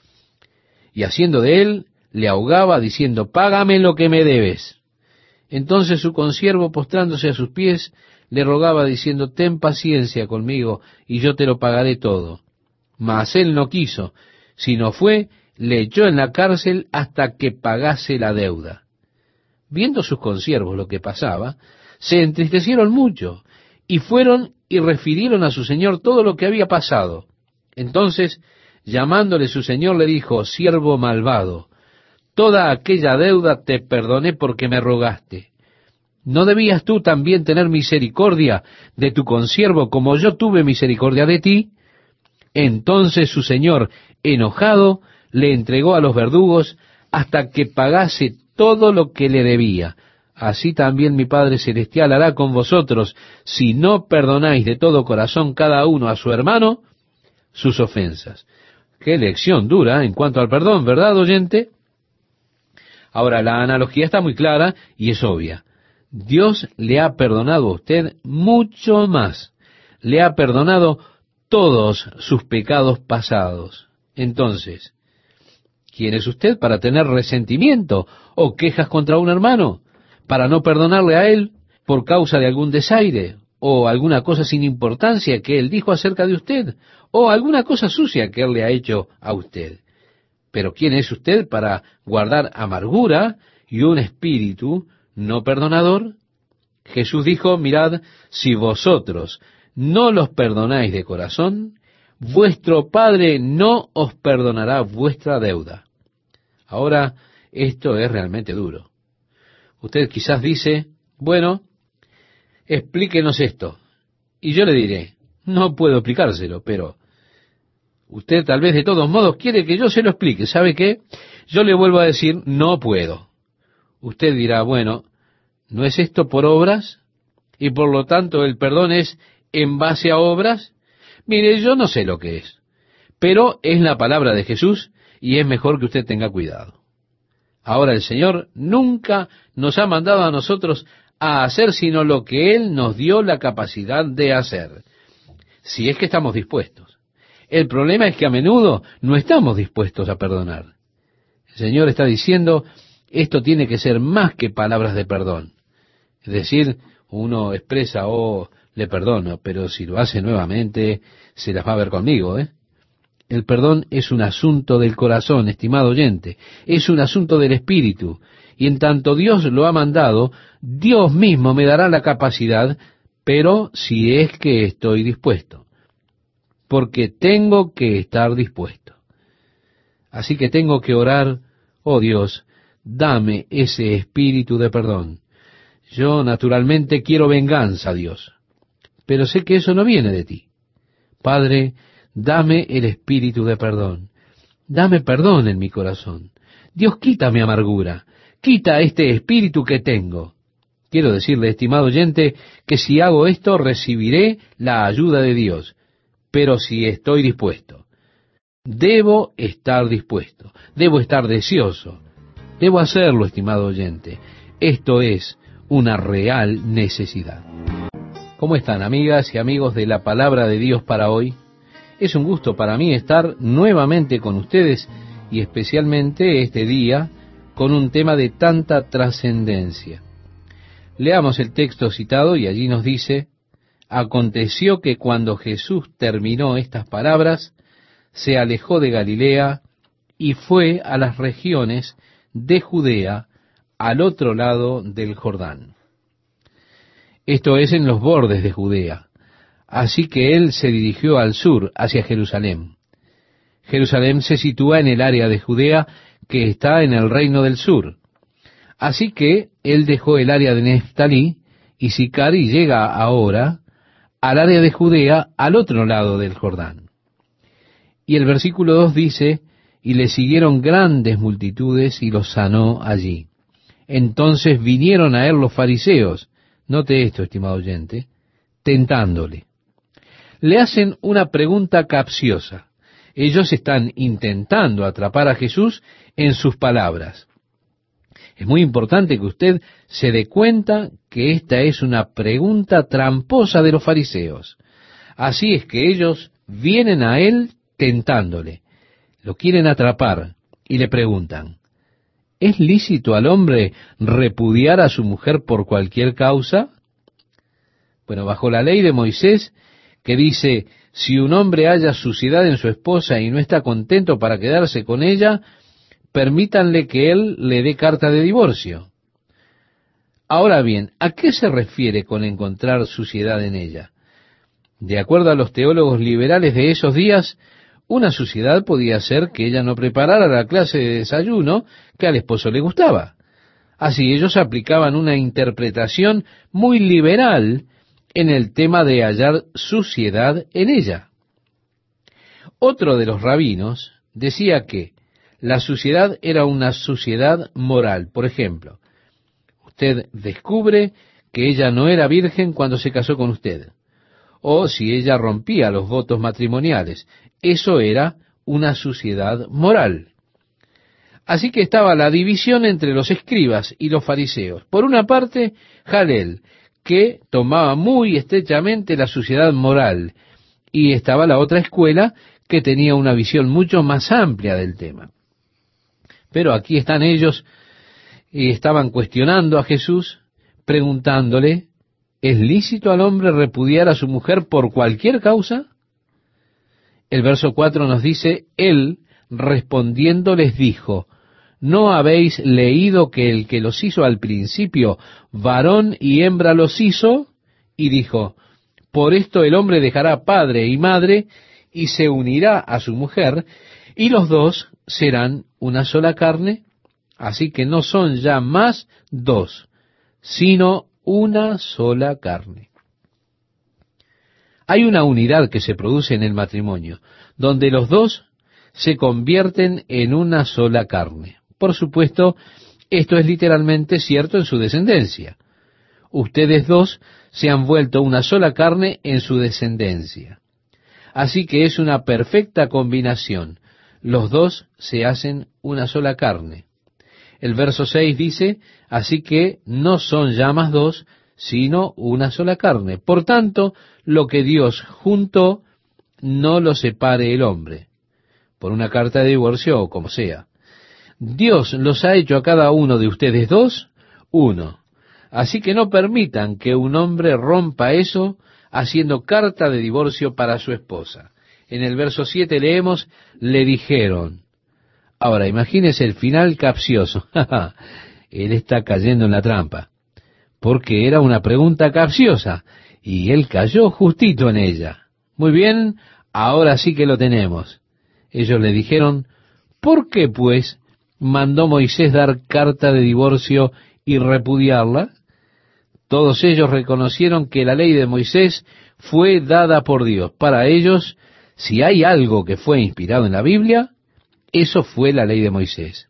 Y haciendo de él, le ahogaba diciendo, págame lo que me debes. Entonces su consiervo, postrándose a sus pies, le rogaba diciendo, ten paciencia conmigo, y yo te lo pagaré todo. Mas él no quiso, sino fue, le echó en la cárcel hasta que pagase la deuda. Viendo sus consiervos lo que pasaba, se entristecieron mucho, y fueron y refirieron a su señor todo lo que había pasado. Entonces, llamándole su señor, le dijo, siervo malvado, toda aquella deuda te perdoné porque me rogaste. ¿No debías tú también tener misericordia de tu consiervo como yo tuve misericordia de ti? Entonces su señor, enojado, le entregó a los verdugos hasta que pagase todo lo que le debía. así también mi Padre Celestial hará con vosotros, si no perdonáis de todo corazón cada uno a su hermano sus ofensas. Qué lección dura en cuanto al perdón, ¿verdad, oyente? Ahora, la analogía está muy clara y es obvia. Dios le ha perdonado a usted mucho más. Le ha perdonado todos sus pecados pasados. Entonces, ¿quién es usted para tener resentimiento o quejas contra un hermano? ¿Para no perdonarle a él por causa de algún desaire o alguna cosa sin importancia que él dijo acerca de usted o alguna cosa sucia que él le ha hecho a usted? Pero ¿quién es usted para guardar amargura y un espíritu no perdonador? Jesús dijo, mirad, si vosotros no los perdonáis de corazón, vuestro Padre no os perdonará vuestra deuda. Ahora, esto es realmente duro. Usted quizás dice, bueno, explíquenos esto. Y yo le diré, no puedo explicárselo, pero usted tal vez de todos modos quiere que yo se lo explique. ¿Sabe qué? Yo le vuelvo a decir, no puedo. Usted dirá, bueno, ¿no es esto por obras? Y por lo tanto el perdón es en base a obras. Mire, yo no sé lo que es, pero es la palabra de Jesús y es mejor que usted tenga cuidado. Ahora el Señor nunca nos ha mandado a nosotros a hacer sino lo que Él nos dio la capacidad de hacer, si es que estamos dispuestos. El problema es que a menudo no estamos dispuestos a perdonar. El Señor está diciendo, esto tiene que ser más que palabras de perdón. Es decir, uno expresa, oh, le perdono, pero si lo hace nuevamente, se las va a ver conmigo, ¿eh? El perdón es un asunto del corazón, estimado oyente, es un asunto del espíritu, y en tanto Dios lo ha mandado, Dios mismo me dará la capacidad, pero si es que estoy dispuesto, porque tengo que estar dispuesto. Así que tengo que orar, oh Dios, dame ese espíritu de perdón. Yo naturalmente quiero venganza, Dios, pero sé que eso no viene de ti. Padre, dame el espíritu de perdón. Dame perdón en mi corazón. Dios, quita mi amargura. Quita este espíritu que tengo. Quiero decirle, estimado oyente, que si hago esto recibiré la ayuda de Dios. Pero si estoy dispuesto, debo estar dispuesto. Debo estar deseoso. Debo hacerlo, estimado oyente. Esto es una real necesidad. ¿Cómo están, amigas y amigos de la palabra de Dios para hoy? Es un gusto para mí estar nuevamente con ustedes y especialmente este día con un tema de tanta trascendencia. Leamos el texto citado y allí nos dice, aconteció que cuando Jesús terminó estas palabras, se alejó de Galilea y fue a las regiones de Judea al otro lado del Jordán. Esto es en los bordes de Judea. Así que él se dirigió al sur, hacia Jerusalén. Jerusalén se sitúa en el área de Judea que está en el reino del sur. Así que él dejó el área de Neftalí y Sicar y llega ahora al área de Judea al otro lado del Jordán. Y el versículo dos dice, y le siguieron grandes multitudes y los sanó allí. Entonces vinieron a él los fariseos, note esto, estimado oyente, tentándole. Le hacen una pregunta capciosa. Ellos están intentando atrapar a Jesús en sus palabras. Es muy importante que usted se dé cuenta que esta es una pregunta tramposa de los fariseos. Así es que ellos vienen a él tentándole. Lo quieren atrapar y le preguntan, ¿es lícito al hombre repudiar a su mujer por cualquier causa? Bueno, bajo la ley de Moisés, que dice, si un hombre halla suciedad en su esposa y no está contento para quedarse con ella, permítanle que él le dé carta de divorcio. Ahora bien, ¿a qué se refiere con encontrar suciedad en ella? De acuerdo a los teólogos liberales de esos días, una suciedad podía ser que ella no preparara la clase de desayuno que al esposo le gustaba. Así ellos aplicaban una interpretación muy liberal en el tema de hallar suciedad en ella. Otro de los rabinos decía que la suciedad era una suciedad moral. Por ejemplo, usted descubre que ella no era virgen cuando se casó con usted, o si ella rompía los votos matrimoniales. Eso era una suciedad moral. Así que estaba la división entre los escribas y los fariseos. Por una parte, Jalel, que tomaba muy estrechamente la suciedad moral, y estaba la otra escuela que tenía una visión mucho más amplia del tema. Pero aquí están ellos y estaban cuestionando a Jesús, preguntándole, ¿es lícito al hombre repudiar a su mujer por cualquier causa? El verso cuatro nos dice, él respondiendo les dijo, ¿no habéis leído que el que los hizo al principio, varón y hembra los hizo? Y dijo, por esto el hombre dejará padre y madre, y se unirá a su mujer, y los dos serán una sola carne. Así que no son ya más dos, sino una sola carne. Hay una unidad que se produce en el matrimonio, donde los dos se convierten en una sola carne. Por supuesto, esto es literalmente cierto en su descendencia. Ustedes dos se han vuelto una sola carne en su descendencia. Así que es una perfecta combinación. Los dos se hacen una sola carne. El verso seis dice, así que no son ya más dos, sino una sola carne. Por tanto, lo que Dios juntó, no lo separe el hombre. Por una carta de divorcio o como sea. Dios los ha hecho a cada uno de ustedes dos, uno. Así que no permitan que un hombre rompa eso haciendo carta de divorcio para su esposa. En el verso siete leemos, le dijeron. Ahora, imagínese el final capcioso. Él está cayendo en la trampa, porque era una pregunta capciosa, y él cayó justito en ella. Muy bien, ahora sí que lo tenemos. Ellos le dijeron, ¿por qué pues mandó Moisés dar carta de divorcio y repudiarla? Todos ellos reconocieron que la ley de Moisés fue dada por Dios. Para ellos, si hay algo que fue inspirado en la Biblia, eso fue la ley de Moisés.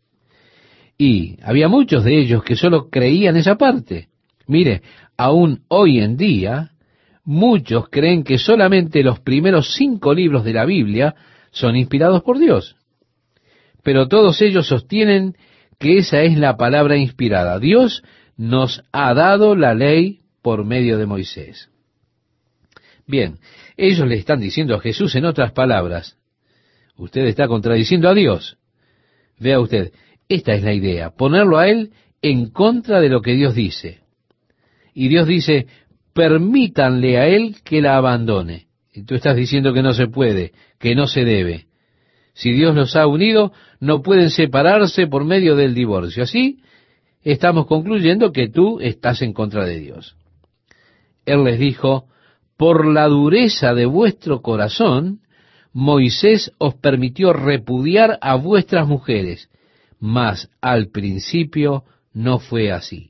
Y había muchos de ellos que solo creían esa parte. Mire, aún hoy en día, muchos creen que solamente los primeros cinco libros de la Biblia son inspirados por Dios. Pero todos ellos sostienen que esa es la palabra inspirada. Dios nos ha dado la ley por medio de Moisés. Bien, ellos le están diciendo a Jesús en otras palabras, usted está contradiciendo a Dios. Vea usted, esta es la idea, ponerlo a Él en contra de lo que Dios dice. Y Dios dice, permítanle a Él que la abandone. Y tú estás diciendo que no se puede, que no se debe. Si Dios los ha unido, no pueden separarse por medio del divorcio. Así, estamos concluyendo que tú estás en contra de Dios. Él les dijo, por la dureza de vuestro corazón, Moisés os permitió repudiar a vuestras mujeres, mas al principio no fue así.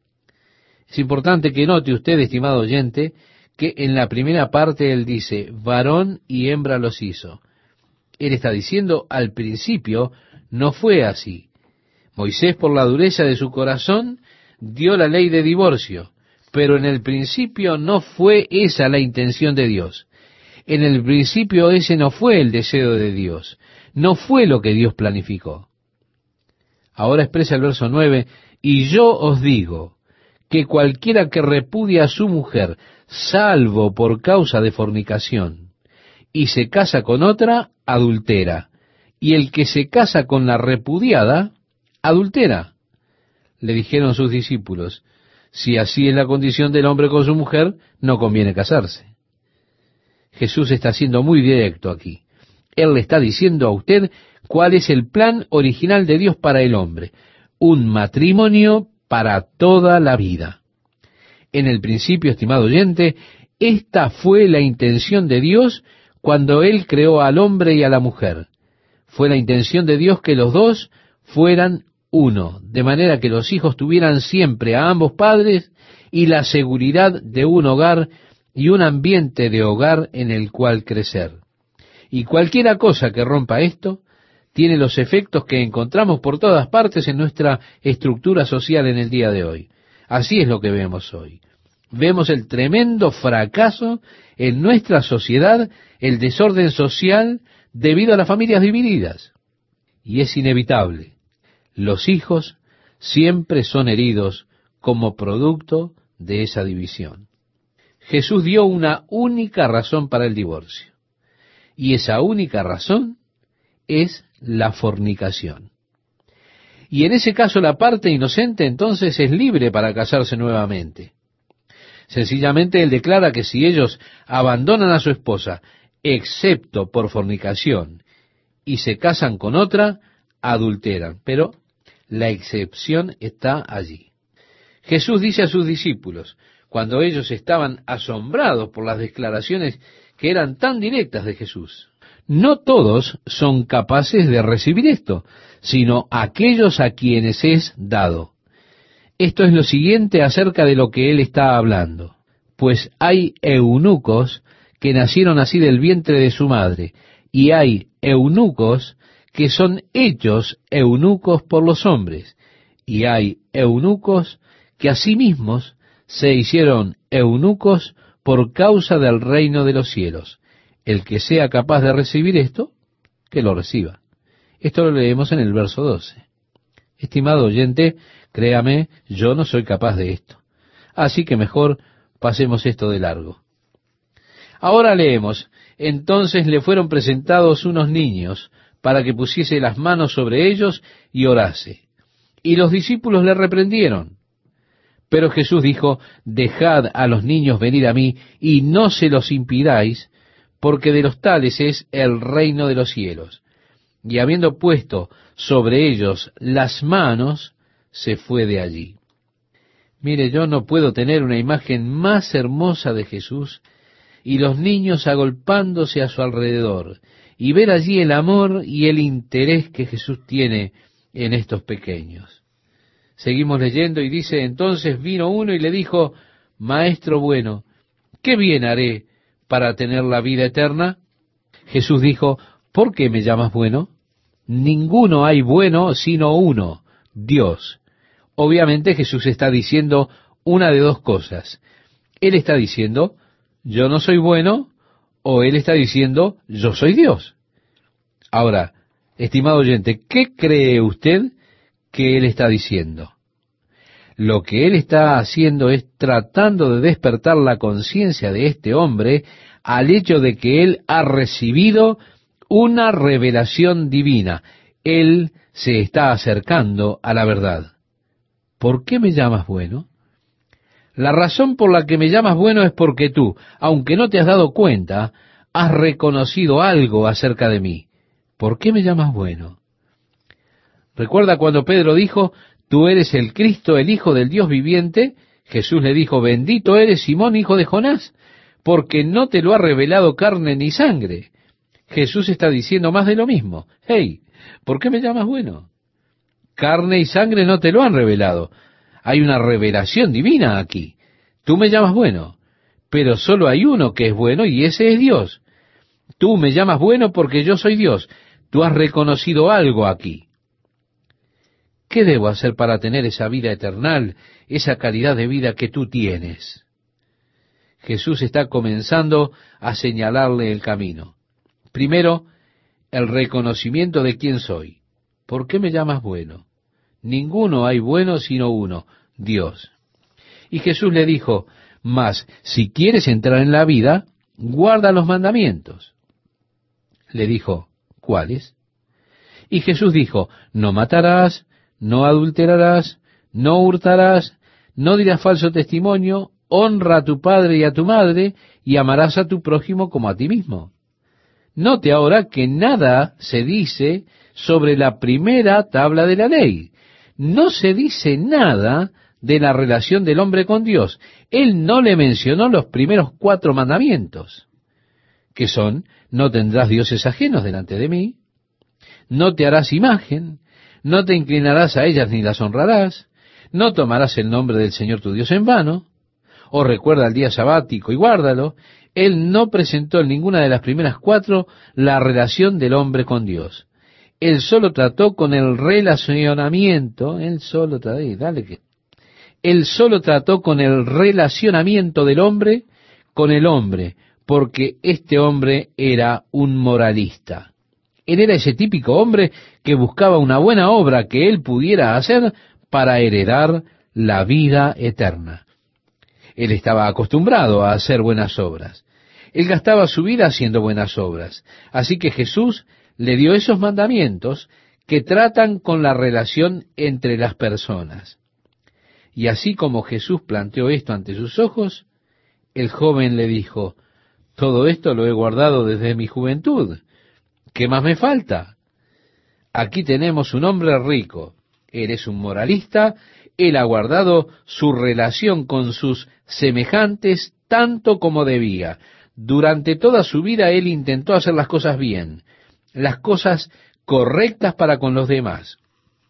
Es importante que note usted, estimado oyente, que en la primera parte él dice, varón y hembra los hizo. Él está diciendo, al principio no fue así. Moisés, por la dureza de su corazón, dio la ley de divorcio, pero en el principio no fue esa la intención de Dios. En el principio ese no fue el deseo de Dios, no fue lo que Dios planificó. Ahora expresa el verso nueve, y yo os digo que cualquiera que repudia a su mujer, salvo por causa de fornicación, y se casa con otra, adultera, y el que se casa con la repudiada, adultera. Le dijeron sus discípulos, si así es la condición del hombre con su mujer, no conviene casarse. Jesús está siendo muy directo aquí. Él le está diciendo a usted cuál es el plan original de Dios para el hombre. Un matrimonio para toda la vida. En el principio, estimado oyente, esta fue la intención de Dios cuando Él creó al hombre y a la mujer. Fue la intención de Dios que los dos fueran uno, de manera que los hijos tuvieran siempre a ambos padres y la seguridad de un hogar y un ambiente de hogar en el cual crecer. Y cualquiera cosa que rompa esto, tiene los efectos que encontramos por todas partes en nuestra estructura social en el día de hoy. Así es lo que vemos hoy. Vemos el tremendo fracaso en nuestra sociedad, el desorden social debido a las familias divididas. Y es inevitable. Los hijos siempre son heridos como producto de esa división. Jesús dio una única razón para el divorcio. Y esa única razón es la fornicación. Y en ese caso la parte inocente entonces es libre para casarse nuevamente. Sencillamente él declara que si ellos abandonan a su esposa, excepto por fornicación, y se casan con otra, adulteran. Pero la excepción está allí. Jesús dice a sus discípulos, cuando ellos estaban asombrados por las declaraciones que eran tan directas de Jesús, no todos son capaces de recibir esto, sino aquellos a quienes es dado. Esto es lo siguiente acerca de lo que él está hablando. Pues hay eunucos que nacieron así del vientre de su madre, y hay eunucos que son hechos eunucos por los hombres, y hay eunucos que asimismo se hicieron eunucos por causa del reino de los cielos. El que sea capaz de recibir esto, que lo reciba. Esto lo leemos en el verso doce. Estimado oyente, créame, yo no soy capaz de esto. Así que mejor pasemos esto de largo. Ahora leemos, entonces le fueron presentados unos niños para que pusiese las manos sobre ellos y orase. Y los discípulos le reprendieron. Pero Jesús dijo, dejad a los niños venir a mí y no se los impidáis, porque de los tales es el reino de los cielos. Y habiendo puesto sobre ellos las manos, se fue de allí. Mire, yo no puedo tener una imagen más hermosa de Jesús y los niños agolpándose a su alrededor y ver allí el amor y el interés que Jesús tiene en estos pequeños. Seguimos leyendo y dice, entonces vino uno y le dijo, Maestro bueno, ¿qué bien haré para tener la vida eterna? Jesús dijo, ¿por qué me llamas bueno? Ninguno hay bueno sino uno, Dios. Obviamente Jesús está diciendo una de dos cosas. Él está diciendo, yo no soy bueno, o él está diciendo, yo soy Dios. Ahora, estimado oyente, ¿qué cree usted que él está diciendo? Lo que él está haciendo es tratando de despertar la conciencia de este hombre al hecho de que él ha recibido una revelación divina. Él se está acercando a la verdad. ¿Por qué me llamas bueno? La razón por la que me llamas bueno es porque tú, aunque no te has dado cuenta, has reconocido algo acerca de mí. ¿Por qué me llamas bueno? ¿Recuerda cuando Pedro dijo, tú eres el Cristo, el Hijo del Dios viviente? Jesús le dijo, bendito eres Simón, hijo de Jonás, porque no te lo ha revelado carne ni sangre. Jesús está diciendo más de lo mismo. Hey, ¿por qué me llamas bueno? Carne y sangre no te lo han revelado. Hay una revelación divina aquí. Tú me llamas bueno, pero solo hay uno que es bueno y ese es Dios. Tú me llamas bueno porque yo soy Dios. Tú has reconocido algo aquí. ¿Qué debo hacer para tener esa vida eterna, esa calidad de vida que tú tienes? Jesús está comenzando a señalarle el camino. Primero, el reconocimiento de quién soy. ¿Por qué me llamas bueno? Ninguno hay bueno sino uno, Dios. Y Jesús le dijo, mas si quieres entrar en la vida, guarda los mandamientos. Le dijo, ¿cuáles? Y Jesús dijo, no matarás, no adulterarás, no hurtarás, no dirás falso testimonio, honra a tu padre y a tu madre, y amarás a tu prójimo como a ti mismo. Note ahora que nada se dice sobre la primera tabla de la ley. No se dice nada de la relación del hombre con Dios. Él no le mencionó los primeros cuatro mandamientos, que son, no tendrás dioses ajenos delante de mí, no te harás imagen, no te inclinarás a ellas ni las honrarás, no tomarás el nombre del Señor tu Dios en vano, o recuerda el día sabático y guárdalo. Él no presentó en ninguna de las primeras cuatro la relación del hombre con Dios. Él solo trató con el relacionamiento, él solo trató, dale que, Él solo trató con el relacionamiento del hombre con el hombre, porque este hombre era un moralista. Él era ese típico hombre que buscaba una buena obra que él pudiera hacer para heredar la vida eterna. Él estaba acostumbrado a hacer buenas obras. Él gastaba su vida haciendo buenas obras. Así que Jesús le dio esos mandamientos que tratan con la relación entre las personas. Y así como Jesús planteó esto ante sus ojos, el joven le dijo, todo esto lo he guardado desde mi juventud. ¿Qué más me falta? Aquí tenemos un hombre rico. Él es un moralista. Él ha guardado su relación con sus semejantes tanto como debía. Durante toda su vida él intentó hacer las cosas bien, las cosas correctas para con los demás.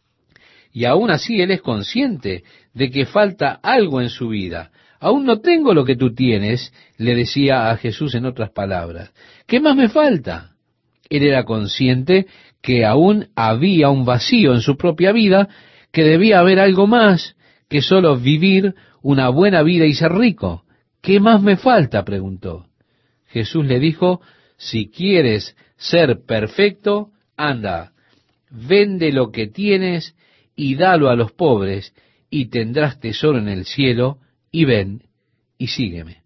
Y aún así él es consciente de que falta algo en su vida. Aún no tengo lo que tú tienes, le decía a Jesús en otras palabras. ¿Qué más me falta? Él era consciente que aún había un vacío en su propia vida, que debía haber algo más que solo vivir una buena vida y ser rico. ¿Qué más me falta?, preguntó. Jesús le dijo, si quieres ser perfecto, anda, vende lo que tienes y dalo a los pobres, y tendrás tesoro en el cielo, y ven y sígueme.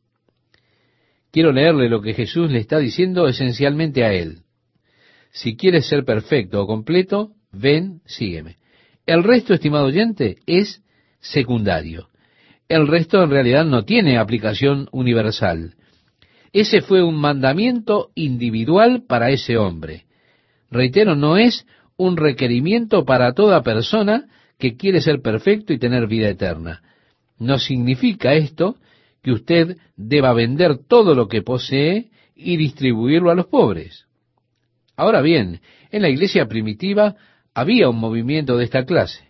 Quiero leerle lo que Jesús le está diciendo esencialmente a él. Si quieres ser perfecto o completo, ven, sígueme. El resto, estimado oyente, es secundario. El resto en realidad no tiene aplicación universal. Ese fue un mandamiento individual para ese hombre. Reitero, no es un requerimiento para toda persona que quiere ser perfecto y tener vida eterna. No significa esto que usted deba vender todo lo que posee y distribuirlo a los pobres. Ahora bien, en la iglesia primitiva había un movimiento de esta clase.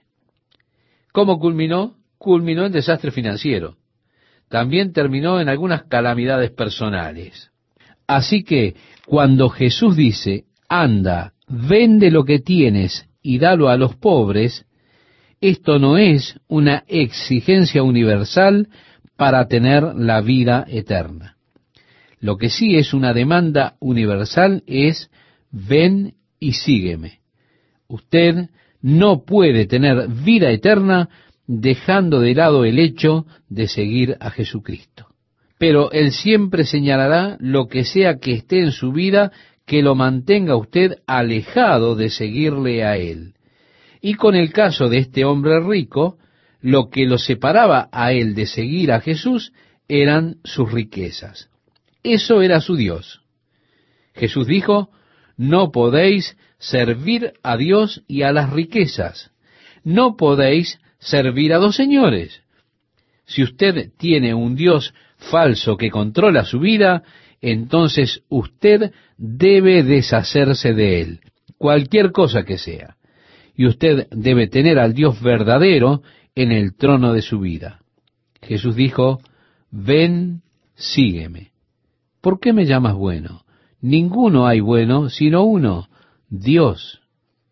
¿Cómo culminó? Culminó en desastre financiero. También terminó en algunas calamidades personales. Así que, cuando Jesús dice, anda, vende lo que tienes y dalo a los pobres, esto no es una exigencia universal para tener la vida eterna. Lo que sí es una demanda universal es, ven y sígueme. Usted no puede tener vida eterna dejando de lado el hecho de seguir a Jesucristo. Pero Él siempre señalará lo que sea que esté en su vida que lo mantenga usted alejado de seguirle a Él. Y con el caso de este hombre rico, lo que lo separaba a él de seguir a Jesús eran sus riquezas. Eso era su Dios. Jesús dijo, no podéis servir a Dios y a las riquezas. No podéis servir a dos señores. Si usted tiene un Dios falso que controla su vida, entonces usted debe deshacerse de él, cualquier cosa que sea. Y usted debe tener al Dios verdadero en el trono de su vida. Jesús dijo, ven, sígueme. ¿Por qué me llamas bueno? Ninguno hay bueno, sino uno, Dios.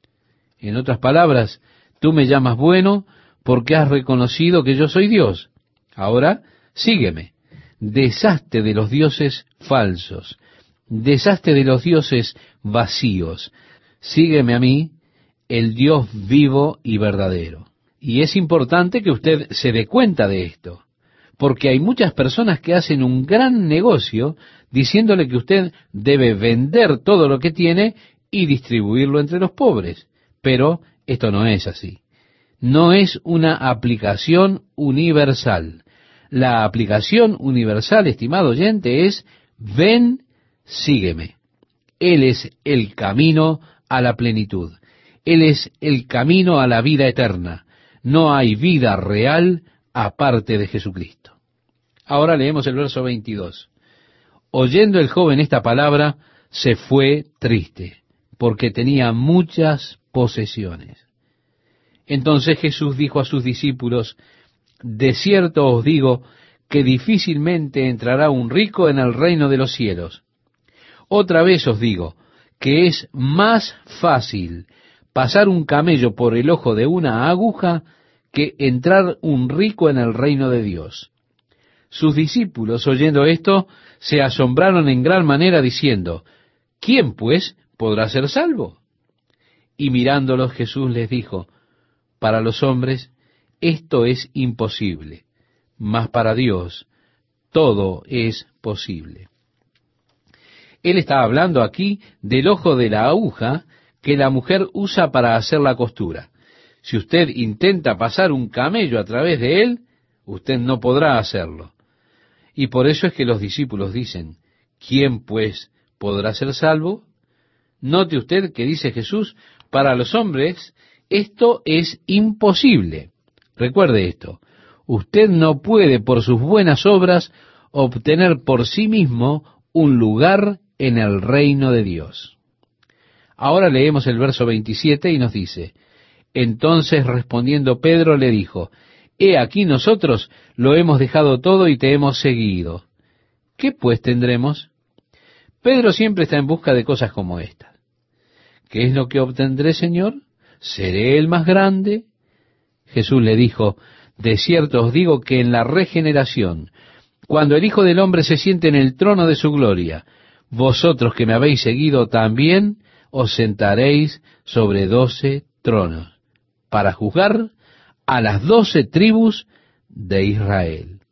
En otras palabras, tú me llamas bueno porque has reconocido que yo soy Dios. Ahora, sígueme. Deshazte de los dioses falsos. Deshazte de los dioses vacíos. Sígueme a mí, el Dios vivo y verdadero. Y es importante que usted se dé cuenta de esto, porque hay muchas personas que hacen un gran negocio diciéndole que usted debe vender todo lo que tiene y distribuirlo entre los pobres. Pero esto no es así. No es una aplicación universal. La aplicación universal, estimado oyente, es ven, sígueme. Él es el camino a la plenitud. Él es el camino a la vida eterna. No hay vida real aparte de Jesucristo. Ahora leemos el verso veintidós. Oyendo el joven esta palabra, se fue triste, porque tenía muchas posesiones. Entonces Jesús dijo a sus discípulos, de cierto os digo que difícilmente entrará un rico en el reino de los cielos. Otra vez os digo que es más fácil pasar un camello por el ojo de una aguja que entrar un rico en el reino de Dios. Sus discípulos, oyendo esto, se asombraron en gran manera, diciendo, ¿quién, pues, podrá ser salvo? Y mirándolos Jesús les dijo, para los hombres esto es imposible, mas para Dios todo es posible. Él está hablando aquí del ojo de la aguja que la mujer usa para hacer la costura. Si usted intenta pasar un camello a través de él, usted no podrá hacerlo. Y por eso es que los discípulos dicen, ¿quién pues podrá ser salvo? Note usted que dice Jesús, para los hombres esto es imposible. Recuerde esto, usted no puede por sus buenas obras obtener por sí mismo un lugar en el reino de Dios. Ahora leemos el verso veintisiete y nos dice, entonces respondiendo Pedro le dijo, he aquí nosotros lo hemos dejado todo y te hemos seguido. ¿Qué pues tendremos? Pedro siempre está en busca de cosas como estas. ¿Qué es lo que obtendré, Señor? ¿Seré el más grande? Jesús le dijo, de cierto os digo que en la regeneración, cuando el Hijo del Hombre se siente en el trono de su gloria, vosotros que me habéis seguido también os sentaréis sobre doce tronos, para juzgar a las doce tribus de Israel.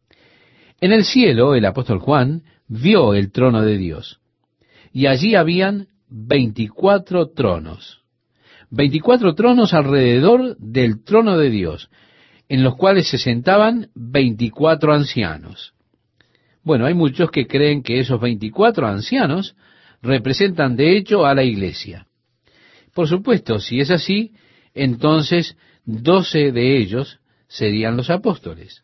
En el cielo, el apóstol Juan vio el trono de Dios, y allí habían veinticuatro tronos. Veinticuatro tronos alrededor del trono de Dios, en los cuales se sentaban veinticuatro ancianos. Bueno, hay muchos que creen que esos veinticuatro ancianos representan de hecho a la iglesia. Por supuesto, si es así, entonces doce de ellos serían los apóstoles.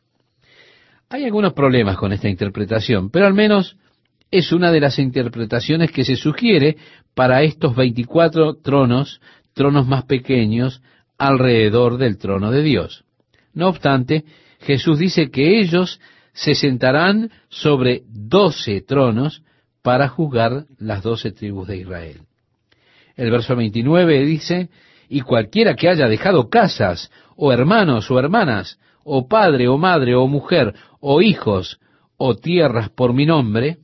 Hay algunos problemas con esta interpretación, pero al menos es una de las interpretaciones que se sugiere para estos veinticuatro tronos, tronos más pequeños, alrededor del trono de Dios. No obstante, Jesús dice que ellos se sentarán sobre doce tronos para juzgar las doce tribus de Israel. El verso veintinueve dice, y cualquiera que haya dejado casas, o hermanos, o hermanas, o padre, o madre, o mujer, o hijos, o tierras por mi nombre,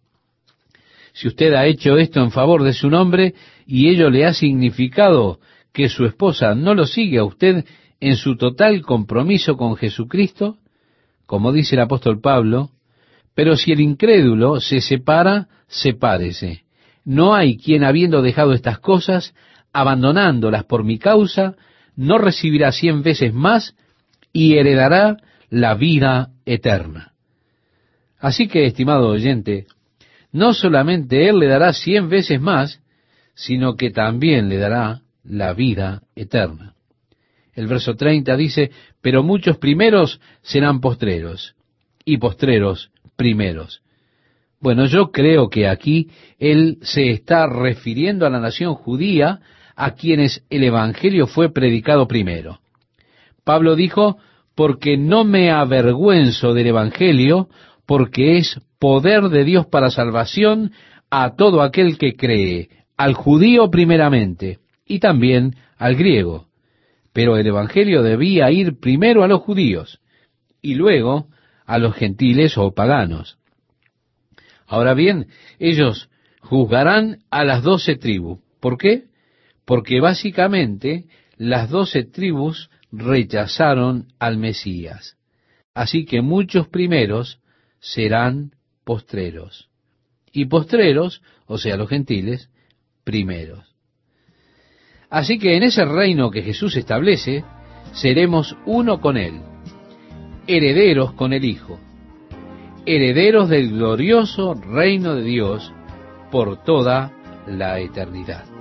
si usted ha hecho esto en favor de su nombre, y ello le ha significado que su esposa no lo sigue a usted en su total compromiso con Jesucristo, como dice el apóstol Pablo, pero si el incrédulo se separa, sepárese. No hay quien, habiendo dejado estas cosas, abandonándolas por mi causa, no recibirá cien veces más y heredará la vida eterna. Así que, estimado oyente, no solamente Él le dará cien veces más, sino que también le dará la vida eterna. El verso treinta dice, pero muchos primeros serán postreros, y postreros primeros. Bueno, yo creo que aquí Él se está refiriendo a la nación judía, a quienes el Evangelio fue predicado primero. Pablo dijo, porque no me avergüenzo del Evangelio, porque es poder de Dios para salvación a todo aquel que cree, al judío primeramente, y también al griego. Pero el Evangelio debía ir primero a los judíos, y luego a los gentiles o paganos. Ahora bien, ellos juzgarán a las doce tribus. ¿Por qué? Porque básicamente las doce tribus rechazaron al Mesías. Así que muchos primeros serán postreros. Y postreros, o sea, los gentiles, primeros. Así que en ese reino que Jesús establece, seremos uno con Él, herederos con el Hijo, herederos del glorioso reino de Dios por toda la eternidad.